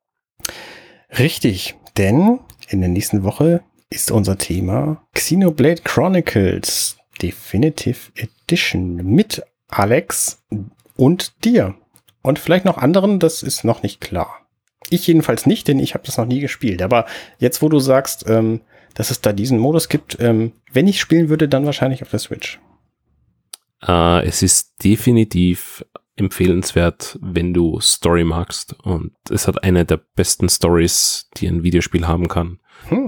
Richtig, denn in der nächsten Woche ist unser Thema Xenoblade Chronicles Definitive Edition mit Alex und dir. Und vielleicht noch anderen, das ist noch nicht klar. Ich jedenfalls nicht, denn ich habe das noch nie gespielt. Aber jetzt, wo du sagst, dass es da diesen Modus gibt, wenn ich spielen würde, dann wahrscheinlich auf der Switch. Es ist definitiv empfehlenswert, wenn du Story magst. Und es hat eine der besten Stories, die ein Videospiel haben kann.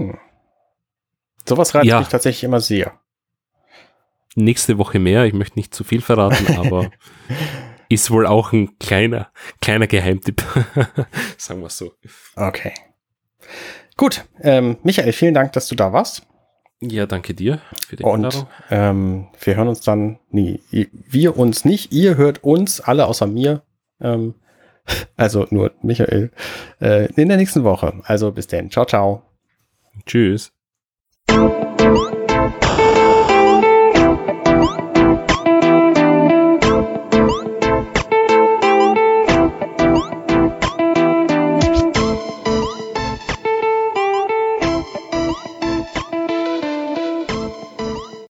Sowas reizt mich tatsächlich immer sehr. Nächste Woche mehr, ich möchte nicht zu viel verraten, aber ist wohl auch ein kleiner Geheimtipp. Sagen wir es so. Okay. Gut, Michael, vielen Dank, dass du da warst. Ja, danke dir für die Und wir hören uns dann, wir uns nicht, ihr hört uns, alle außer mir, also nur Michael, in der nächsten Woche. Also bis dann. Ciao, ciao. Tschüss.